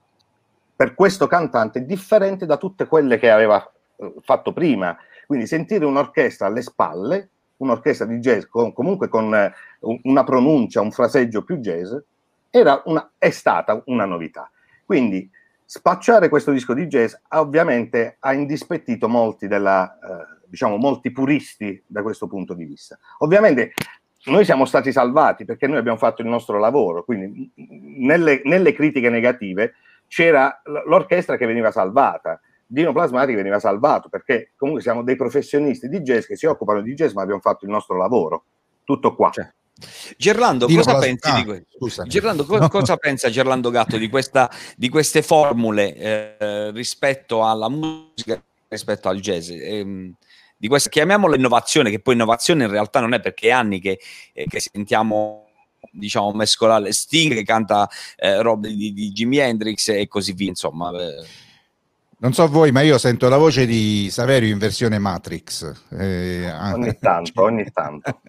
per questo cantante differente da tutte quelle che aveva eh, fatto prima. Quindi sentire un'orchestra alle spalle, un'orchestra di jazz con, comunque con eh, una pronuncia, un fraseggio più jazz, era una, è stata una novità. Quindi spacciare questo disco di jazz ovviamente ha indispettito molti, della, eh, diciamo, molti puristi da questo punto di vista. Ovviamente noi siamo stati salvati perché noi abbiamo fatto il nostro lavoro, quindi nelle, nelle critiche negative c'era l'orchestra che veniva salvata, Dino Plasmati veniva salvato, perché comunque siamo dei professionisti di jazz che si occupano di jazz, ma abbiamo fatto il nostro lavoro. Tutto qua. Cioè. Gerlando, Dino cosa Plas- pensi ah, di questo? scusami. Gerlando, co- No. cosa pensa Gerlando Gatto di, questa, di queste formule eh, rispetto alla musica, rispetto al jazz? Ehm, di questa, chiamiamola innovazione, che poi innovazione in realtà non è, perché è anni che, eh, che sentiamo, diciamo, mescolare Sting che canta eh, robe di, di Jimi Hendrix e così via, insomma. Eh. Non so voi, ma io sento la voce di Saverio in versione Matrix. Eh, Ogni tanto, ogni tanto.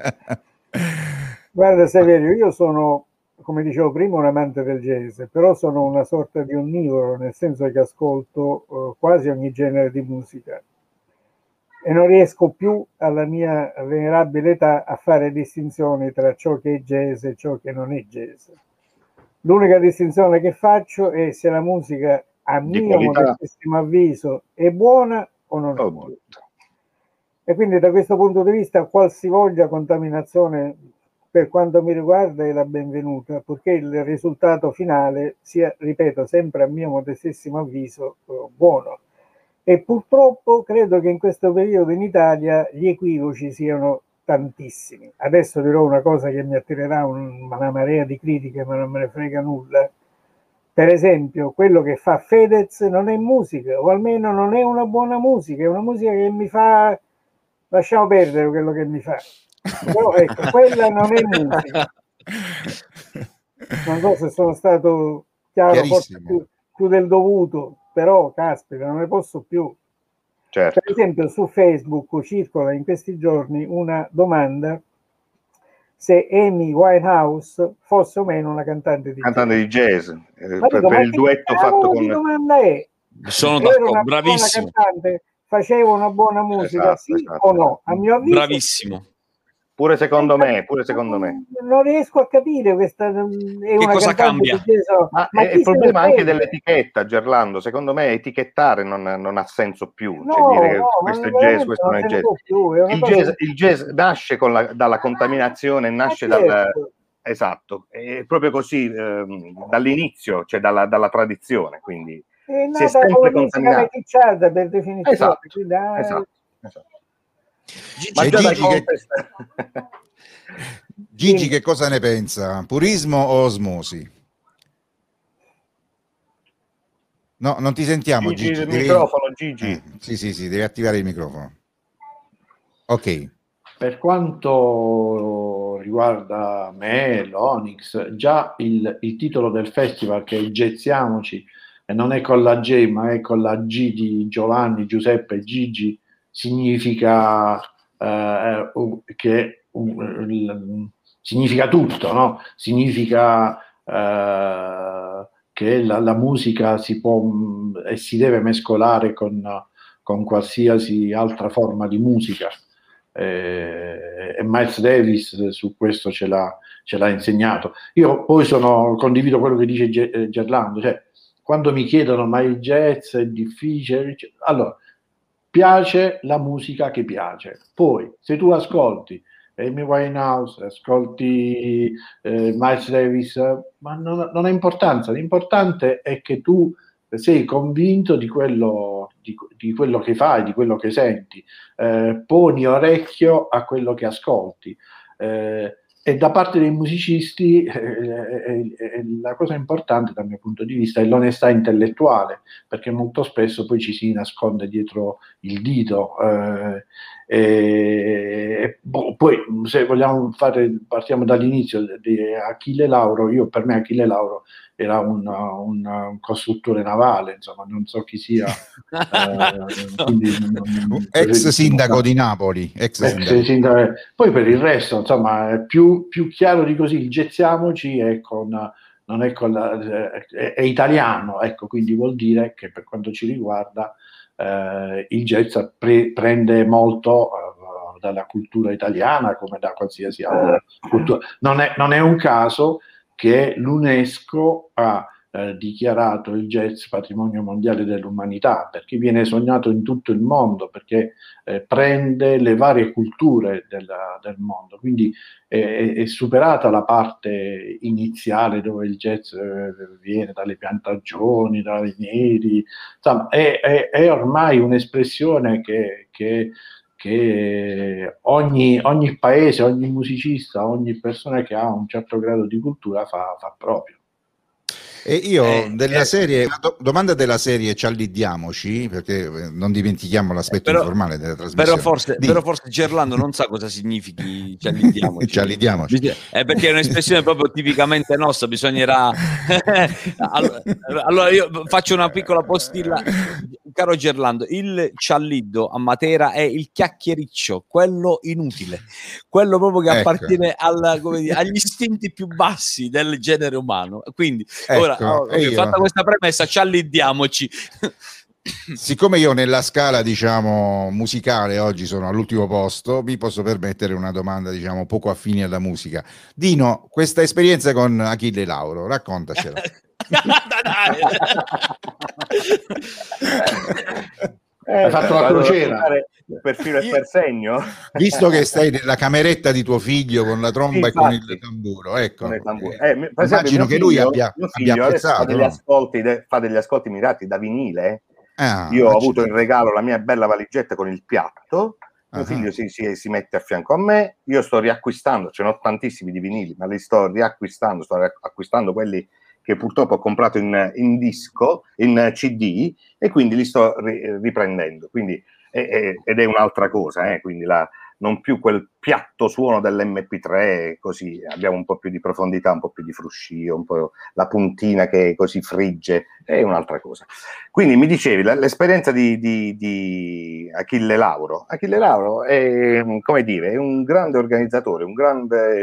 Guarda Saverio, io sono, come dicevo prima, un amante del jazz, però sono una sorta di onnivoro, nel senso che ascolto uh, quasi ogni genere di musica e non riesco più alla mia venerabile età a fare distinzioni tra ciò che è jazz e ciò che non è jazz. L'unica distinzione che faccio è se la musica, a Di mio qualità. modestissimo avviso, è buona o non è Oh, buona. E quindi da questo punto di vista qualsivoglia contaminazione, per quanto mi riguarda, è la benvenuta, purché il risultato finale sia, ripeto, sempre a mio modestissimo avviso, buono. E purtroppo credo che in questo periodo in Italia gli equivoci siano tantissimi. Adesso dirò una cosa che mi attirerà un, una marea di critiche, ma non me ne frega nulla. Per esempio, quello che fa Fedez non è musica, o almeno non è una buona musica, è una musica che mi fa... Lasciamo perdere quello che mi fa. Però ecco, quella non è musica. Non so se sono stato chiaro, forse più, più del dovuto, però caspita, non ne posso più. Certo. Per esempio su Facebook circola in questi giorni una domanda se Amy Winehouse fosse o meno una cantante di cantante jazz. di jazz, eh, Ma per, dico, per ma il che duetto fatto con... che domanda è? Sono Era d'accordo, una bravissimo. buona cantante, faceva una buona musica, Esatto, sì esatto. o no? A mio avviso Bravissimo. Pure secondo me, pure secondo me. Non riesco a capire questa è che una cosa cantante cambia? di jazz. Ma, Ma è chi il se ne problema anche frega? dell'etichetta, Gerlando. Secondo me etichettare non, non ha senso più. No, Cioè dire che no, questo ma è jazz, veramente questo non non è se ne jazz. può più. È una Il cosa... jazz, il jazz nasce con la, dalla contaminazione, nasce Ma dal... certo. Esatto, è proprio così, ehm, dall'inizio, cioè dalla, dalla tradizione, quindi È si è nata come sempre musica contaminato. meticciata per definizione. Esatto, Quindi, ah, esatto, esatto. Gigi, Ma già dai Gigi che- contest... Gigi che cosa ne pensa? Purismo o osmosi? No, non ti sentiamo, Gigi, Gigi. il devi- microfono, Gigi. Eh, sì, sì, sì, devi attivare il microfono. Ok. Per quanto riguarda me, l'Onyx, già il, il titolo del festival, che è Jazziamoci, e non è con la J ma è con la G di Giovanni, Giuseppe, Gigi, significa eh, uh, che uh, il, significa tutto, no? Significa eh, che la, la musica si può mh, e si deve mescolare con, con qualsiasi altra forma di musica. Eh, e Miles Davis su questo ce l'ha, ce l'ha insegnato. Io poi sono, condivido quello che dice Ge- Gerlando, cioè quando mi chiedono ma il jazz è difficile, allora piace la musica che piace, poi se tu ascolti Amy Winehouse, ascolti eh, Miles Davis, ma non, non ha importanza, l'importante è che tu sei convinto di quello, di, di quello che fai, di quello che senti, eh, poni orecchio a quello che ascolti. Eh, e da parte dei musicisti eh, eh, eh, la cosa importante dal mio punto di vista è l'onestà intellettuale, perché molto spesso poi ci si nasconde dietro il dito. Eh, e, boh, poi se vogliamo fare, partiamo dall'inizio di Achille Lauro. Io per me Achille Lauro era un, un, un costruttore navale, insomma, non so chi sia. eh, quindi non, Ex sindaco di Napoli. Ex ex sindaco. sindaco. Poi per il resto, insomma, è più, più chiaro di così. Il Jazziamoci è con, non è, con la, è, è italiano, ecco, quindi vuol dire che per quanto ci riguarda eh, il jazz pre, prende molto eh, dalla cultura italiana come da qualsiasi altra cultura. Non è, non è un caso che l'UNESCO ha eh, dichiarato il jazz patrimonio mondiale dell'umanità, perché viene sognato in tutto il mondo, perché eh, prende le varie culture della, del mondo, quindi è, è superata la parte iniziale dove il jazz eh, viene dalle piantagioni, dai neri, insomma, è, è, è ormai un'espressione che, che che ogni, ogni paese, ogni musicista, ogni persona che ha un certo grado di cultura fa, fa proprio. E io Eh, della eh, serie, una do- domanda della serie ci allidiamoci, perché eh, non dimentichiamo l'aspetto però, informale della però trasmissione. forse, Di- però forse Gerlando non sa cosa significhi ci allidiamoci. Ci allidiamoci. Bisogna- È perché è un'espressione proprio tipicamente nostra, bisognerà... allora, allora io faccio una piccola postilla. Caro Gerlando, il cialliddo a Matera è il chiacchiericcio, quello inutile, quello proprio che Ecco. appartiene al, come dire, agli istinti più bassi del genere umano. Quindi ora, Ecco, oh, e ok, io- fatta questa premessa, ci allidiamoci. Siccome io nella scala, diciamo, musicale oggi sono all'ultimo posto, mi posso permettere una domanda, diciamo, poco affine alla musica. Dino, questa esperienza con Achille Lauro, raccontacela. Eh, Hai fatto la vado a crociera. fare per filo e per segno. Visto che stai nella cameretta di tuo figlio con la tromba Sì, e con infatti. il tamburo, ecco. Con il tamburo. Eh, Eh, mi- per esempio, immagino mio che lui figlio- abbia, mio abbia figlio adesso fa apprezzato, degli, no? ascolti, de- fa degli ascolti mirati da vinile. Ah, Io ho avuto accidenti. in regalo la mia bella valigetta con il piatto. Mio Ah. figlio si, si- si mette a fianco a me. Io sto riacquistando, ce n'ho tantissimi di vinili, ma li sto riacquistando. Sto riacquistando quelli che purtroppo ho comprato in, in disco, in C D, e quindi li sto ri- riprendendo. Quindi, è- è- ed è un'altra cosa, eh? Quindi la, non più quel piatto suono dell'emme pi tre, così abbiamo un po' più di profondità, un po' più di fruscio, un po' la puntina che così frigge, è un'altra cosa. Quindi mi dicevi, la- l'esperienza di, di, di Achille Lauro. Achille Lauro è, come dire, è un grande organizzatore, un grande...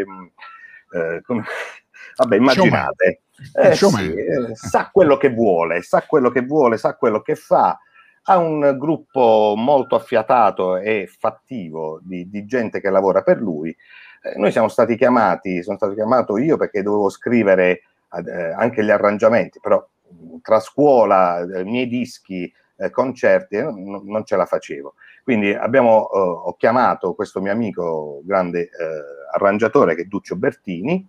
eh, come- vabbè, immaginate. Eh, Showman. sì, eh, sa quello che vuole, sa quello che vuole, sa quello che fa. Ha un gruppo molto affiatato e fattivo di, di gente che lavora per lui. Eh, noi siamo stati chiamati, sono stato chiamato io perché dovevo scrivere eh, anche gli arrangiamenti, però tra scuola, eh, miei dischi, eh, concerti, eh, non, non ce la facevo. Quindi abbiamo, eh, ho chiamato questo mio amico, grande eh, arrangiatore, che è Duccio Bertini,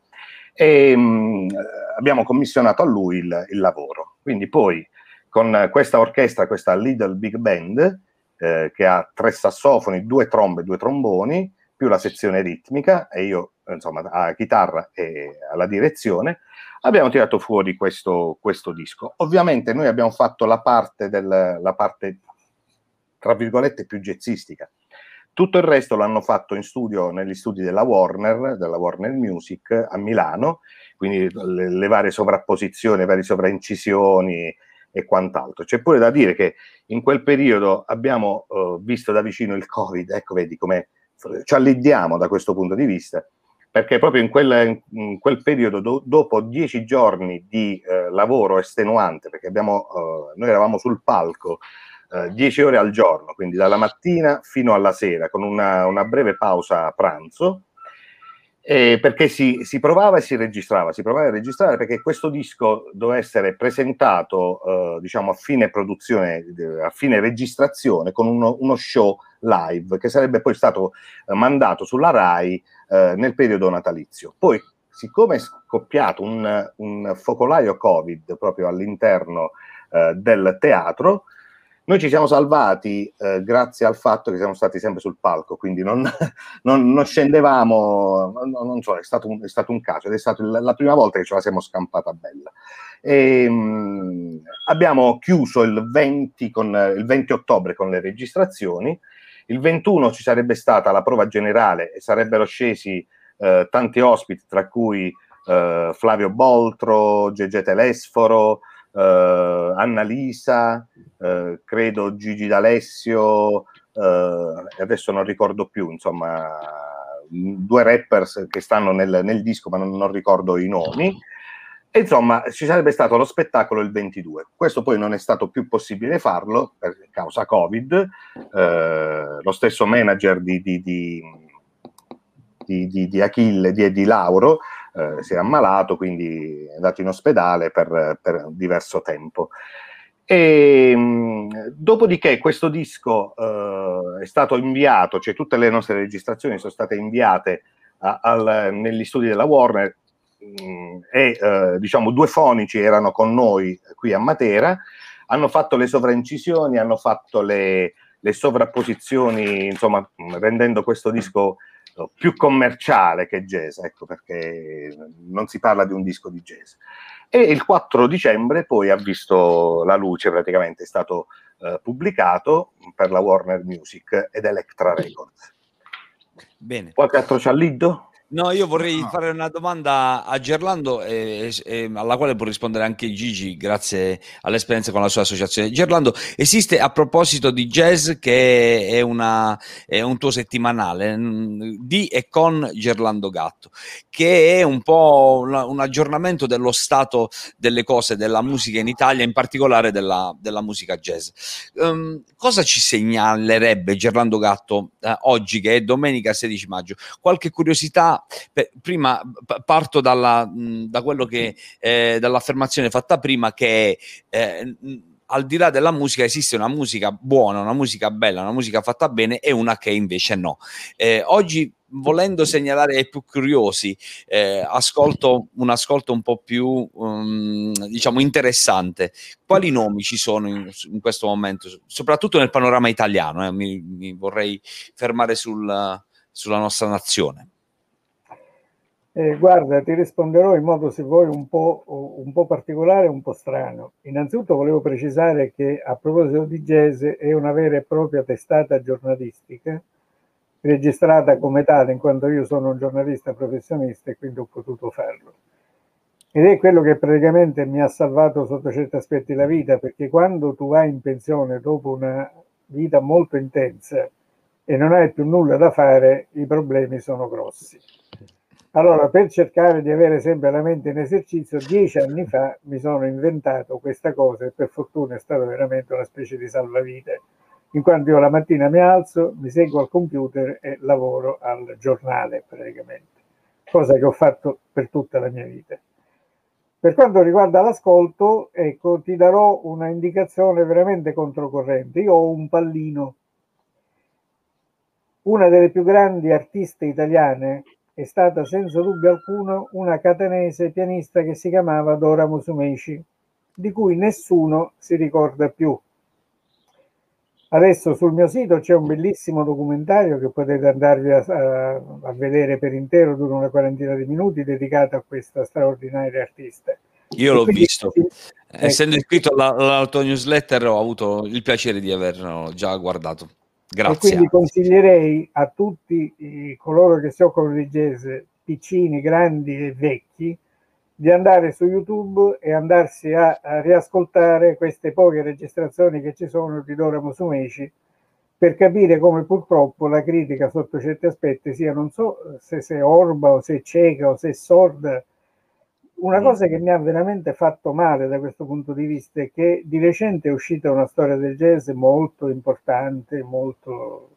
e mh, abbiamo commissionato a lui il, il lavoro. Quindi poi con questa orchestra, questa Little Big Band, eh, che ha tre sassofoni, due trombe, due tromboni, più la sezione ritmica, e io, insomma, a chitarra e alla direzione, abbiamo tirato fuori questo, questo disco. Ovviamente noi abbiamo fatto la parte, del, la parte, tra virgolette, più jazzistica. Tutto il resto l'hanno fatto in studio, negli studi della Warner, della Warner Music a Milano, quindi le, le varie sovrapposizioni, le varie sovraincisioni e quant'altro. C'è pure da dire che in quel periodo abbiamo uh, visto da vicino il Covid, ecco, vedi come ci allidiamo da questo punto di vista, perché proprio in quel, in quel periodo, do, dopo dieci giorni di uh, lavoro estenuante, perché abbiamo, uh, noi eravamo sul palco uh, dieci ore al giorno, quindi dalla mattina fino alla sera, con una, una breve pausa a pranzo, Eh, perché si, si provava e si registrava, si provava a registrare perché questo disco doveva essere presentato eh, diciamo a fine produzione, a fine registrazione, con uno, uno show live che sarebbe poi stato eh, mandato sulla Rai eh, nel periodo natalizio. Poi, siccome è scoppiato un, un focolaio Covid proprio all'interno eh, del teatro, noi ci siamo salvati eh, grazie al fatto che siamo stati sempre sul palco, quindi non, non, non scendevamo, non, non so, è stato, un, è stato un caso, ed è stata la prima volta che ce la siamo scampata bella. E, mh, abbiamo chiuso il venti, con, il venti ottobre con le registrazioni, il ventuno ci sarebbe stata la prova generale e sarebbero scesi eh, tanti ospiti, tra cui eh, Flavio Boltro, Gegè Telesforo, Uh, Annalisa, uh, credo Gigi D'Alessio, uh, e adesso non ricordo più, insomma, due rappers che stanno nel, nel disco, ma non, non ricordo i nomi. E insomma, ci sarebbe stato lo spettacolo il ventidue. Questo poi non è stato più possibile farlo per causa Covid. Uh, lo stesso manager di, di, di, di, di, di Achille, di, di Lauro, eh, si è ammalato, quindi è andato in ospedale per, per diverso tempo. E, mh, dopodiché questo disco eh, è stato inviato, cioè tutte le nostre registrazioni sono state inviate a, al, negli studi della Warner, mh, e eh, diciamo due fonici erano con noi qui a Matera, hanno fatto le sovraincisioni, hanno fatto le, le sovrapposizioni, insomma rendendo questo disco più commerciale che jazz, ecco, perché non si parla di un disco di jazz. E il quattro dicembre poi ha visto la luce, praticamente è stato eh, pubblicato per la Warner Music ed Elektra Records. Bene. Qualche altro cialliddo? No, io vorrei No. fare una domanda a Gerlando, e, e alla quale può rispondere anche Gigi, grazie all'esperienza con la sua associazione. Gerlando, esiste, a proposito di jazz, che è, una, è un tuo settimanale di e con Gerlando Gatto, che è un po' una, un aggiornamento dello stato delle cose della musica in Italia, in particolare della, della musica jazz. Um, cosa ci segnalerebbe Gerlando Gatto eh, oggi, che è domenica sedici maggio? Qualche curiosità? Per, prima p- parto dalla, mh, da quello che eh, dall'affermazione fatta prima, che è, eh, al di là della musica esiste una musica buona, una musica bella, una musica fatta bene, e una che invece no. Eh, oggi, volendo segnalare ai più curiosi, eh, ascolto un ascolto un po' più um, diciamo interessante. Quali nomi ci sono in, in questo momento, soprattutto nel panorama italiano? Eh? Mi, mi vorrei fermare sul, sulla nostra nazione. Eh, guarda, ti risponderò in modo, se vuoi, un po', un po' particolare, un po' strano. Innanzitutto volevo precisare che, a proposito di jazz, è una vera e propria testata giornalistica, registrata come tale, in quanto io sono un giornalista professionista e quindi ho potuto farlo. Ed è quello che praticamente mi ha salvato sotto certi aspetti la vita, perché quando tu vai in pensione dopo una vita molto intensa e non hai più nulla da fare, i problemi sono grossi. Allora, per cercare di avere sempre la mente in esercizio, dieci anni fa mi sono inventato questa cosa, e per fortuna è stata veramente una specie di salvavita, in quanto io la mattina mi alzo, mi seguo al computer e lavoro al giornale praticamente, cosa che ho fatto per tutta la mia vita. Per quanto riguarda l'ascolto, ecco, ti darò una indicazione veramente controcorrente. Io ho un pallino. Una delle più grandi artiste italiane è stata senza dubbio alcuno una catanese pianista che si chiamava Dora Musumeci, di cui nessuno si ricorda più. Adesso sul mio sito c'è un bellissimo documentario che potete andarvi a, a, a vedere per intero, dura una quarantina di minuti, dedicato a questa straordinaria artista. Io E l'ho quindi, visto. ecco, Essendo iscritto alla, alla tua newsletter, ho avuto il piacere di averlo già guardato. Grazie. E quindi consiglierei a tutti i, coloro che si occupano di jazz, piccini, grandi e vecchi, di andare su YouTube e andarsi a, a riascoltare queste poche registrazioni che ci sono di Dora Musumeci, per capire come purtroppo la critica sotto certi aspetti sia, non so se è orba o se è cieca o se è sorda. Una cosa che mi ha veramente fatto male da questo punto di vista è che di recente è uscita una storia del jazz molto importante, molto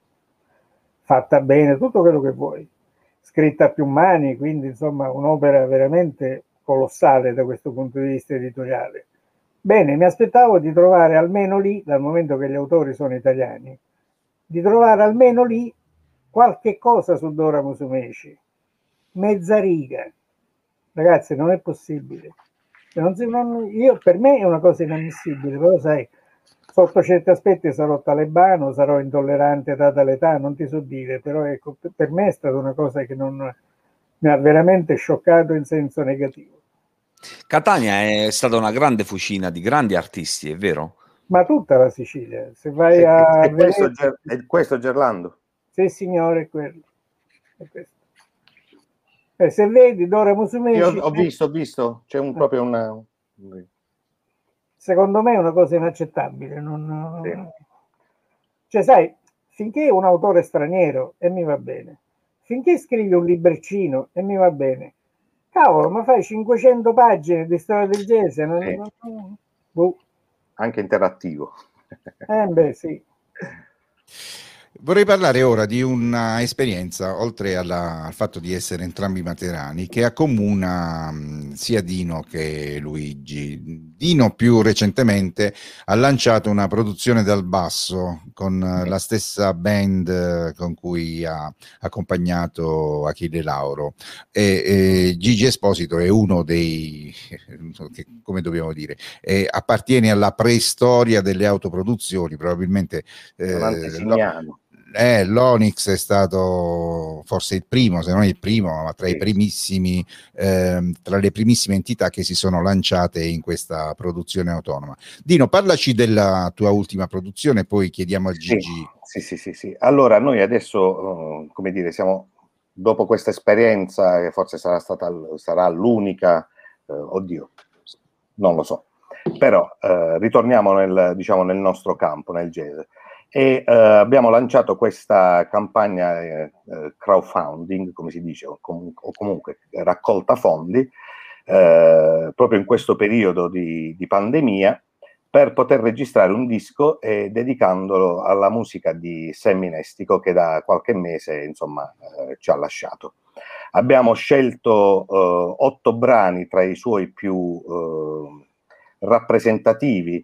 fatta bene, tutto quello che vuoi, scritta a più mani, quindi insomma un'opera veramente colossale da questo punto di vista editoriale. Bene, mi aspettavo di trovare almeno lì, dal momento che gli autori sono italiani, di trovare almeno lì qualche cosa su Dora Musumeci, mezza riga. Ragazzi, non è possibile. Non si, non, io, per me è una cosa inammissibile, però sai, sotto certi aspetti sarò talebano, sarò intollerante data l'età, non ti so dire, però ecco, per me è stata una cosa che non, mi ha veramente scioccato in senso negativo. Catania è stata una grande fucina di grandi artisti, è vero? Ma tutta la Sicilia, se vai E, a e questo, vedere... è questo Gerlando? Sì, signore, è quello. È questo. Eh, se vedi Dora Musumeci... Io ho visto, ho visto, c'è un, proprio una... Secondo me è una cosa inaccettabile. Non... Sì. Cioè, sai, finché è un autore straniero, e mi va bene. Finché scrivi un libricino, e mi va bene. Cavolo, ma fai cinquecento pagine di storia del jazz? Non... Sì. Non... Boh. Anche interattivo. Eh beh, sì. Vorrei parlare ora di una esperienza, oltre alla, al fatto di essere entrambi materani, che accomuna mh, sia Dino che Luigi. Dino più recentemente ha lanciato una produzione dal basso con eh, la stessa band eh, con cui ha accompagnato Achille Lauro, e, e Gigi Esposito è uno dei, che, come dobbiamo dire, eh, appartiene alla preistoria delle autoproduzioni, probabilmente Un eh, antesignano. Eh, l'Onyx è stato forse il primo, se non il primo, ma tra i Sì. primissimi, ehm, tra le primissime entità che si sono lanciate in questa produzione autonoma. Dino, parlaci della tua ultima produzione, poi chiediamo a Gigi. Sì, sì, sì, sì. Allora, noi adesso, eh, come dire, siamo dopo questa esperienza, che forse sarà stata sarà l'unica, eh, oddio, non lo so, però eh, ritorniamo nel, diciamo, nel nostro campo, nel jazz. E eh, abbiamo lanciato questa campagna eh, crowdfunding, come si dice, o, com- o comunque raccolta fondi, eh, proprio in questo periodo di, di pandemia, per poter registrare un disco e dedicandolo alla musica di Sammy Nestico, che da qualche mese, insomma, eh, ci ha lasciato. Abbiamo scelto eh, otto brani tra i suoi più eh, rappresentativi,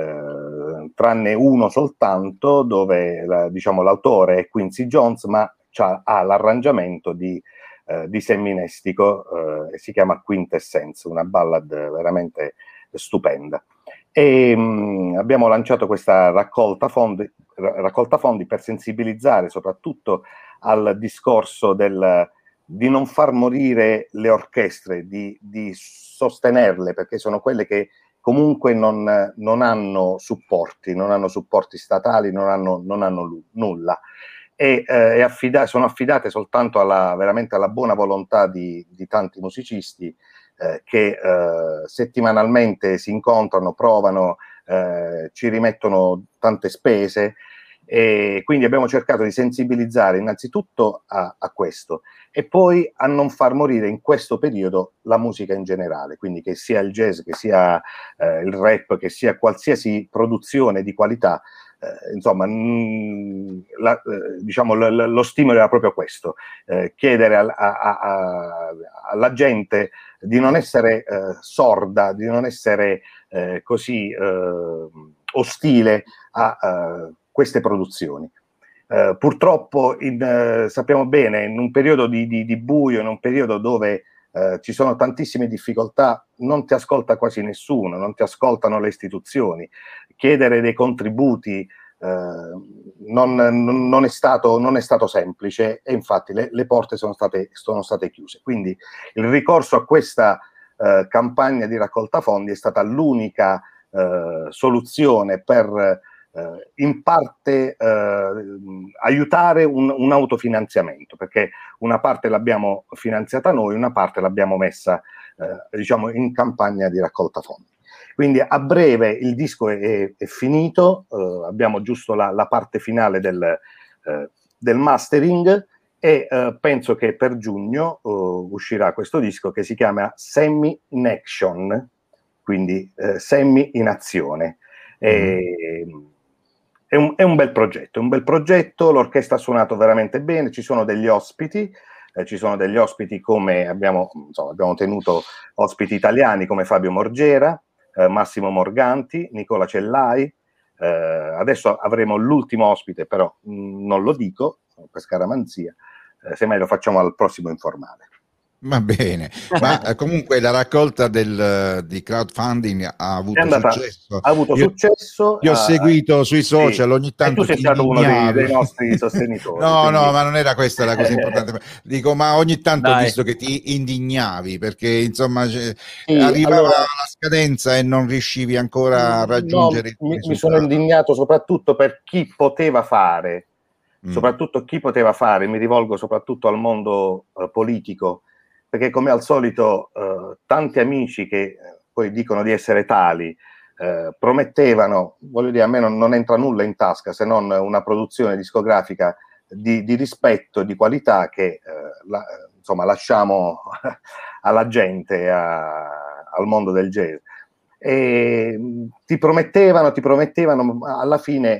eh, tranne uno soltanto, dove la, diciamo, l'autore è Quincy Jones, ma ha l'arrangiamento di, eh, di Sammy Nestico, eh, si chiama Quintessence, una ballad veramente stupenda. E mh, abbiamo lanciato questa raccolta fondi, raccolta fondi per sensibilizzare soprattutto al discorso del, di non far morire le orchestre, di, di sostenerle, perché sono quelle che comunque non, non hanno supporti, non hanno supporti statali, non hanno, non hanno nulla. E eh, affida- sono affidate soltanto alla, veramente alla buona volontà di, di tanti musicisti, Eh, che eh, settimanalmente si incontrano, provano, eh, ci rimettono tante spese, e quindi abbiamo cercato di sensibilizzare innanzitutto a, a questo, e poi a non far morire in questo periodo la musica in generale, quindi che sia il jazz, che sia eh, il rap, che sia qualsiasi produzione di qualità. Eh, insomma, mh, la, eh, diciamo, l- l- lo stimolo era proprio questo, eh, chiedere a, a, a, alla gente di non essere eh, sorda, di non essere eh, così eh, ostile a uh, queste produzioni. Uh, purtroppo in, uh, sappiamo bene, in un periodo di, di, di buio, in un periodo dove uh, ci sono tantissime difficoltà, non ti ascolta quasi nessuno, non ti ascoltano le istituzioni. Chiedere dei contributi uh, non, non, è stato, non è stato semplice, e infatti le, le porte sono state, sono state chiuse. Quindi il ricorso a questa uh, campagna di raccolta fondi è stata l'unica uh, soluzione per Uh, in parte uh, aiutare un, un autofinanziamento, perché una parte l'abbiamo finanziata noi, una parte l'abbiamo messa uh, diciamo in campagna di raccolta fondi. Quindi a breve il disco è, è finito, uh, abbiamo giusto la, la parte finale del, uh, del mastering, e uh, penso che per giugno uh, uscirà questo disco che si chiama Sammy in Action, quindi uh, Sammy in azione. E, mm. È un, è un bel progetto, è un bel progetto, l'orchestra ha suonato veramente bene, ci sono degli ospiti, eh, ci sono degli ospiti come abbiamo, insomma, abbiamo tenuto ospiti italiani come Fabio Morgera, eh, Massimo Morganti, Nicola Cellai, eh, adesso avremo l'ultimo ospite, però mh, non lo dico, per scaramanzia, eh, semmai lo facciamo al prossimo informale. Va bene, ma eh, comunque la raccolta del, di crowdfunding ha avuto andata, successo. Ha avuto io, successo. Io ho seguito sui social, sì. ogni tanto e tu sei ti stato uno dei, indignavi. dei nostri sostenitori. No, quindi... no, ma non era questa la cosa importante. Dico, ma ogni tanto Dai. ho visto che ti indignavi, perché insomma Sì, arrivava allora, la scadenza e non riuscivi ancora a raggiungere no, il mi, risultato. mi sono indignato soprattutto per chi poteva fare, mm. soprattutto chi poteva fare, mi rivolgo soprattutto al mondo uh, politico, perché come al solito uh, tanti amici che poi dicono di essere tali uh, promettevano, voglio dire, a me non, non entra nulla in tasca se non una produzione discografica di, di rispetto, di qualità, che uh, la, insomma lasciamo alla gente, a, al mondo del jazz. E ti promettevano, ti promettevano, ma alla fine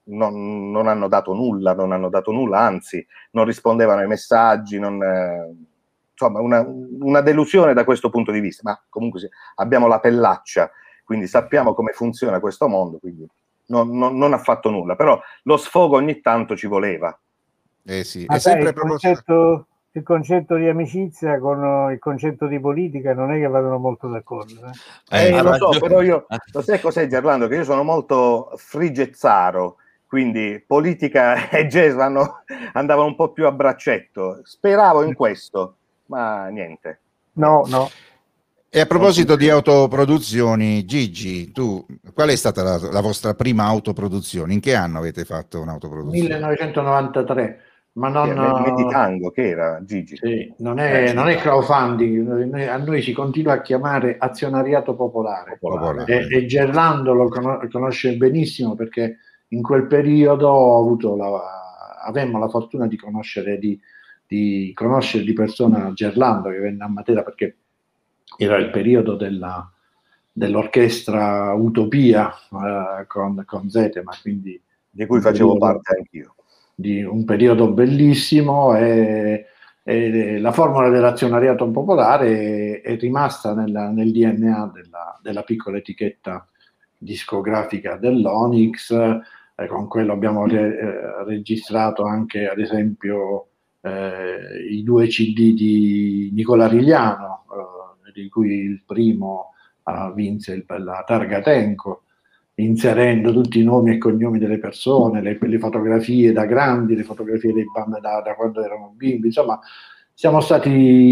non, non hanno dato nulla, non hanno dato nulla, anzi non rispondevano ai messaggi, non, eh, insomma una, una delusione da questo punto di vista, ma comunque sì, abbiamo la pellaccia, quindi sappiamo come funziona questo mondo, quindi non, non, non ha fatto nulla, però lo sfogo ogni tanto ci voleva. Eh sì, Ma è sai, sempre il concetto, il concetto di amicizia con il concetto di politica non è che vadano molto d'accordo. Eh, Eh, ha lo so, ragione. però io, lo sai cos'è, Gerlando, che io sono molto frigezzaro, quindi politica e jazz vanno, andavano un po' più a braccetto. Speravo in questo, ma niente. No, no. E a proposito di autoproduzioni, Gigi, tu, qual è stata la, la vostra prima autoproduzione? In che anno avete fatto un'autoproduzione? millenovecentonovantatré, ma non... Meditango, che era, Gigi? Sì, non è, Eh, non è crowdfunding, noi, a noi si continua a chiamare azionariato popolare, Popolare. e, e Gerlando lo conosce benissimo perché in quel periodo ho avuto la, avemmo la fortuna di conoscere di, di conoscere di persona Gerlando, che venne a Matera perché era il periodo della, dell'orchestra Utopia eh, con, con Zetema, quindi di cui facevo parte anch'io. Di un periodo bellissimo, e, e la formula dell'azionariato popolare è, è rimasta nella, nel D N A della, della piccola etichetta discografica dell'Onyx. Eh, con quello abbiamo re, eh, registrato anche, ad esempio, eh, i due C D di Nicola Rigliano, eh, di cui il primo eh, vinse il, la targa Tenco, inserendo tutti i nomi e cognomi delle persone, le, le fotografie da grandi, le fotografie dei bambini da, da quando erano bimbi, insomma siamo stati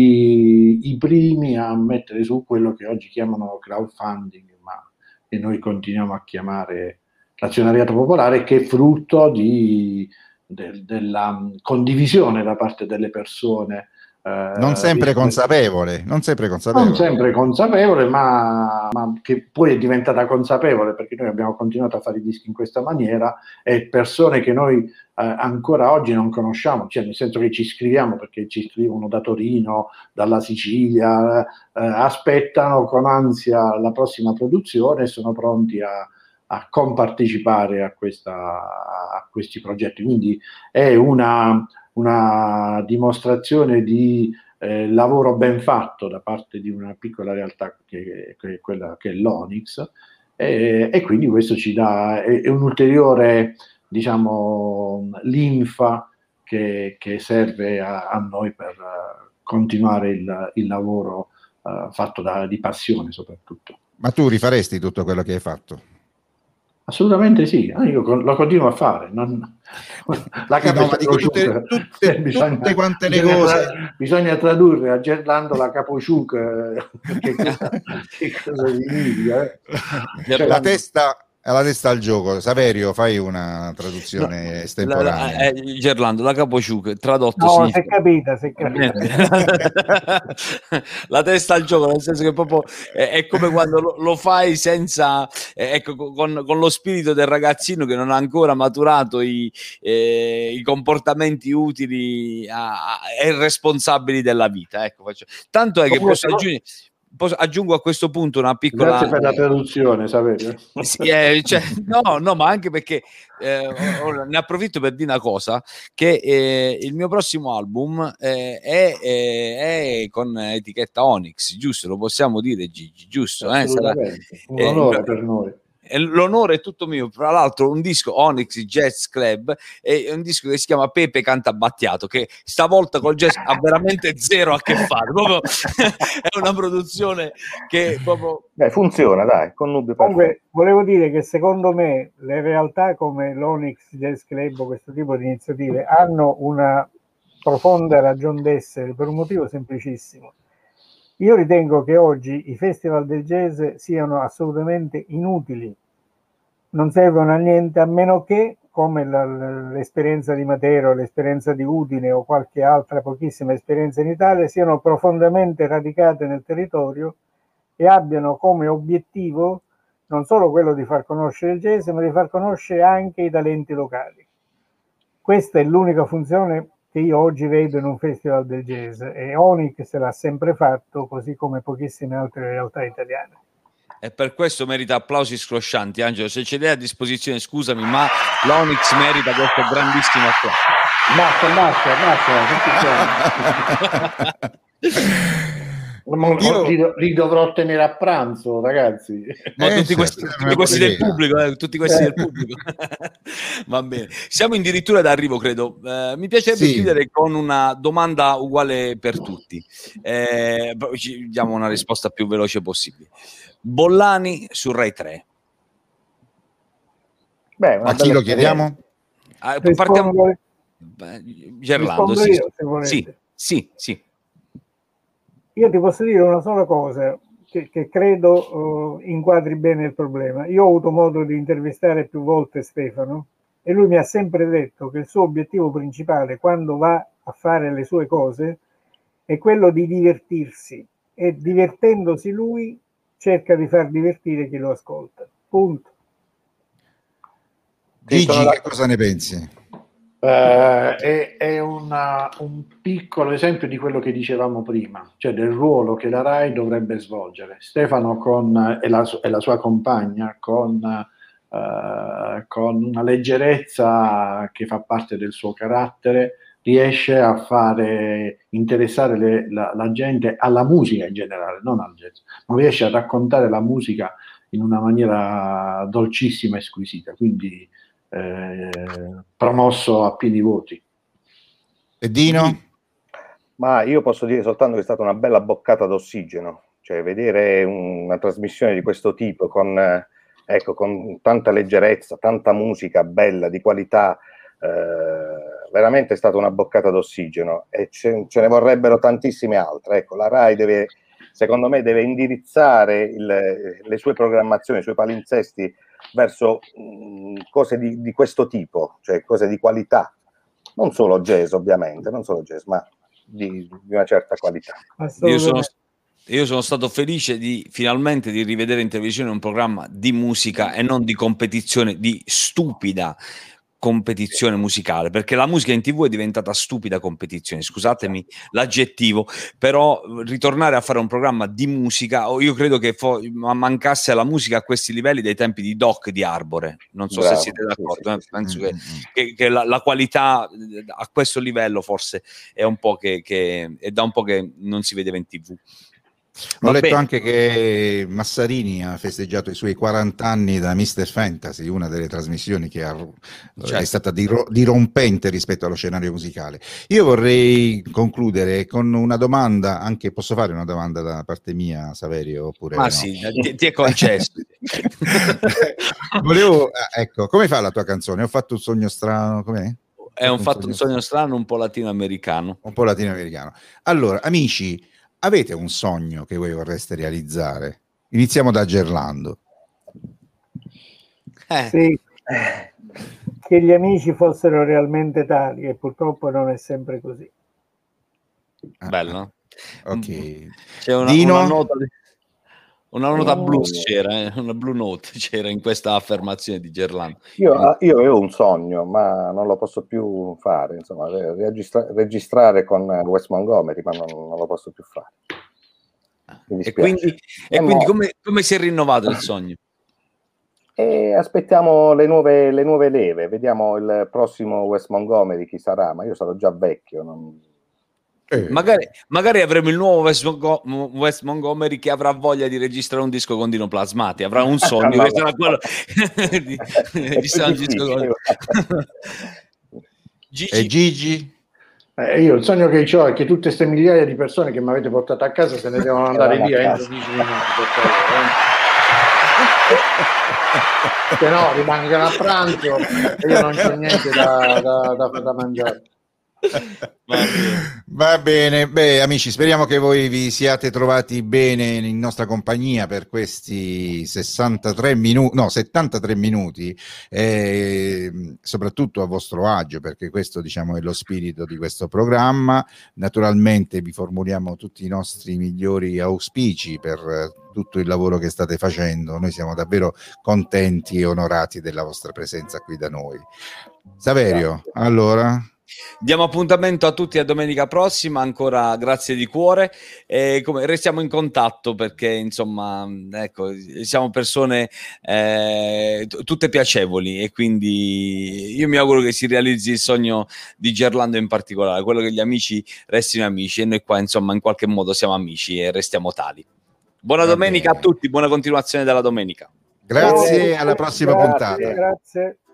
i primi a mettere su quello che oggi chiamano crowdfunding, ma che noi continuiamo a chiamare l'azionariato popolare, che è frutto di, de, della condivisione da parte delle persone. Non sempre consapevole, non sempre consapevole. Non sempre consapevole, ma, ma che poi è diventata consapevole, perché noi abbiamo continuato a fare i dischi in questa maniera, e persone che noi eh, ancora oggi non conosciamo, cioè nel senso che ci scriviamo, perché ci scrivono da Torino, dalla Sicilia, eh, aspettano con ansia la prossima produzione e sono pronti a, a compartecipare a, questa, a questi progetti. Quindi è una, una dimostrazione di Eh, lavoro ben fatto da parte di una piccola realtà che, che è quella che è l'Onyx, e, e quindi questo ci dà è, è un ulteriore, diciamo, linfa che, che serve a, a noi per uh, continuare il, il lavoro uh, fatto da, di passione soprattutto. Ma tu rifaresti tutto quello che hai fatto? Assolutamente sì, ah, io lo continuo a fare. Non... La sì, no, ma dico tutte, tutte, bisogna, tutte quante le bisogna, cose. Tra, bisogna tradurre a Gerlando la caposciuc, che cosa, che cosa significa. Eh? La testa... alla testa al gioco. Saverio, fai una traduzione no, estemporanea. La, la, eh, Gerlando, la capociuc tradotto no, significa... si è capita, si è capita. La testa al gioco, nel senso che proprio è, è come quando lo, lo fai senza, eh, ecco, con, con lo spirito del ragazzino che non ha ancora maturato i, eh, i comportamenti utili a, a, e responsabili della vita. Ecco, faccio. Tanto è che posso aggiungere... aggiungo a questo punto una piccola... Grazie per la traduzione, Saverio. Sì, eh, cioè, no, no, ma anche perché eh, ne approfitto per dire una cosa, che eh, il mio prossimo album eh, è, è, è con etichetta Onyx, giusto? Lo possiamo dire, Gigi, giusto? Eh? Sarà, un onore eh, per noi. L'onore è tutto mio. Tra l'altro un disco Onyx Jazz Club è un disco che si chiama Pepe Canta Battiato, che stavolta col jazz ha veramente zero a che fare, proprio è una produzione che proprio... Beh, funziona, dai, con Nubio. Comunque volevo dire che secondo me le realtà come l'Onyx Jazz Club o questo tipo di iniziative hanno una profonda ragion d'essere per un motivo semplicissimo. Io ritengo che oggi i festival del jazz siano assolutamente inutili, non servono a niente, a meno che, come la, l'esperienza di Matera, l'esperienza di Udine o qualche altra pochissima esperienza in Italia, siano profondamente radicate nel territorio e abbiano come obiettivo non solo quello di far conoscere il jazz, ma di far conoscere anche i talenti locali. Questa è l'unica funzione che io oggi vedo in un festival del jazz, e Onyx l'ha sempre fatto, così come pochissime altre realtà italiane. E per questo merita applausi scroscianti. Angelo, se ce l'hai a disposizione, scusami, ma l'Onyx merita questo grandissimo applauso. Basta, basta, basta. Io... Li, li dovrò tenere a pranzo, ragazzi. Ma eh, tutti questi, tutti questi del pubblico, eh, tutti questi del pubblico. Va bene. Siamo addirittura d'arrivo, credo. Eh, mi piacerebbe sì. chiudere con una domanda uguale per tutti. Eh, ci diamo una risposta più veloce possibile. Bollani su Rai tre. Beh, a chi lo chiediamo? Ah, partiamo. Gerlando, sì. Io, sì, sì, sì. Io ti posso dire una sola cosa che, che credo uh, inquadri bene il problema. Io ho avuto modo di intervistare più volte Stefano e lui mi ha sempre detto che il suo obiettivo principale quando va a fare le sue cose è quello di divertirsi, e divertendosi lui cerca di far divertire chi lo ascolta. Punto. Gigi, che cosa ne pensi? Uh, è, è una, un piccolo esempio di quello che dicevamo prima, cioè del ruolo che la Rai dovrebbe svolgere. Stefano con, e, la, e la sua compagna con, uh, con una leggerezza che fa parte del suo carattere riesce a fare interessare le, la, la gente alla musica in generale, non al jazz, ma riesce a raccontare la musica in una maniera dolcissima e squisita, quindi Eh, promosso a pieni voti. E Dino? Ma io posso dire soltanto che è stata una bella boccata d'ossigeno, cioè vedere una trasmissione di questo tipo con, eh, ecco, con tanta leggerezza, tanta musica bella, di qualità, eh, veramente è stata una boccata d'ossigeno, e ce, ce ne vorrebbero tantissime altre. Ecco, la Rai deve, secondo me, deve indirizzare il, le sue programmazioni, i suoi palinsesti verso mh, cose di, di questo tipo, cioè cose di qualità, non solo jazz ovviamente, non solo jazz, ma di, di una certa qualità. Io sono, io sono stato felice di finalmente di rivedere in televisione un programma di musica e non di competizione, di stupida competizione musicale, perché la musica in tivù è diventata stupida competizione, scusatemi l'aggettivo, però ritornare a fare un programma di musica, io credo che fo- mancasse la musica a questi livelli dai tempi di Doc di Arbore, non so Bravo, se siete d'accordo, sì, sì, penso sì. Che, che, che la, la qualità a questo livello forse è un po' che, che è da un po' che non si vedeva in tivù. Ho letto anche che Massarini ha festeggiato i suoi quaranta anni da mister Fantasy, una delle trasmissioni che ha, certo. è stata diro- dirompente rispetto allo scenario musicale. Io vorrei concludere con una domanda, anche posso fare una domanda da parte mia, Saverio? Oppure Ma no? sì, ti, ti è concesso. Volevo, ecco, come fa la tua canzone? Ho fatto un sogno strano, com'è? È un fatto un sogno strano, un po' latinoamericano. Un po' latinoamericano. Allora, amici, avete un sogno che voi vorreste realizzare? Iniziamo da Gerlando. Eh. Sì, che gli amici fossero realmente tali, e purtroppo non è sempre così. Bello. Ok. C'è una, una nota, una nota oh. blues c'era, eh? una blue note c'era in questa affermazione di Gerlando. Io, io avevo un sogno, ma non lo posso più fare, insomma, registra- registrare con Wes Montgomery, ma non, non lo posso più fare. E quindi, e quindi come, come si è rinnovato il sogno? E aspettiamo le nuove, le nuove leve, vediamo il prossimo Wes Montgomery chi sarà, ma io sarò già vecchio. Non... Eh. Magari, magari avremo il nuovo Wes, Mongo- Wes Montgomery che avrà voglia di registrare un disco con Dino Plasmati, avrà un sogno, che sarà quello di registrare un disco con... Gigi. E Gigi? Eh, io il sogno che ho è che tutte queste migliaia di persone che mi avete portato a casa se ne devono andare via entro dieci minuti, per favore. Eh. Se no rimangono a pranzo e io non c'ho niente da, da, da, da mangiare. Va bene. Va bene, beh amici, speriamo che voi vi siate trovati bene in nostra compagnia per questi sessantatré minuti, no settantatré minuti, e soprattutto a vostro agio, perché questo diciamo è lo spirito di questo programma. Naturalmente vi formuliamo tutti i nostri migliori auspici per tutto il lavoro che state facendo, noi siamo davvero contenti e onorati della vostra presenza qui da noi. Saverio, allora Diamo appuntamento a tutti a domenica prossima, ancora grazie di cuore, e come restiamo in contatto perché insomma ecco, siamo persone eh, t- tutte piacevoli, e quindi io mi auguro che si realizzi il sogno di Gerlando in particolare, quello che gli amici restino amici, e noi qua insomma in qualche modo siamo amici e restiamo tali. Buona Va domenica bene. a tutti, buona continuazione della domenica. Grazie, Ciao, alla prossima grazie, puntata. Grazie.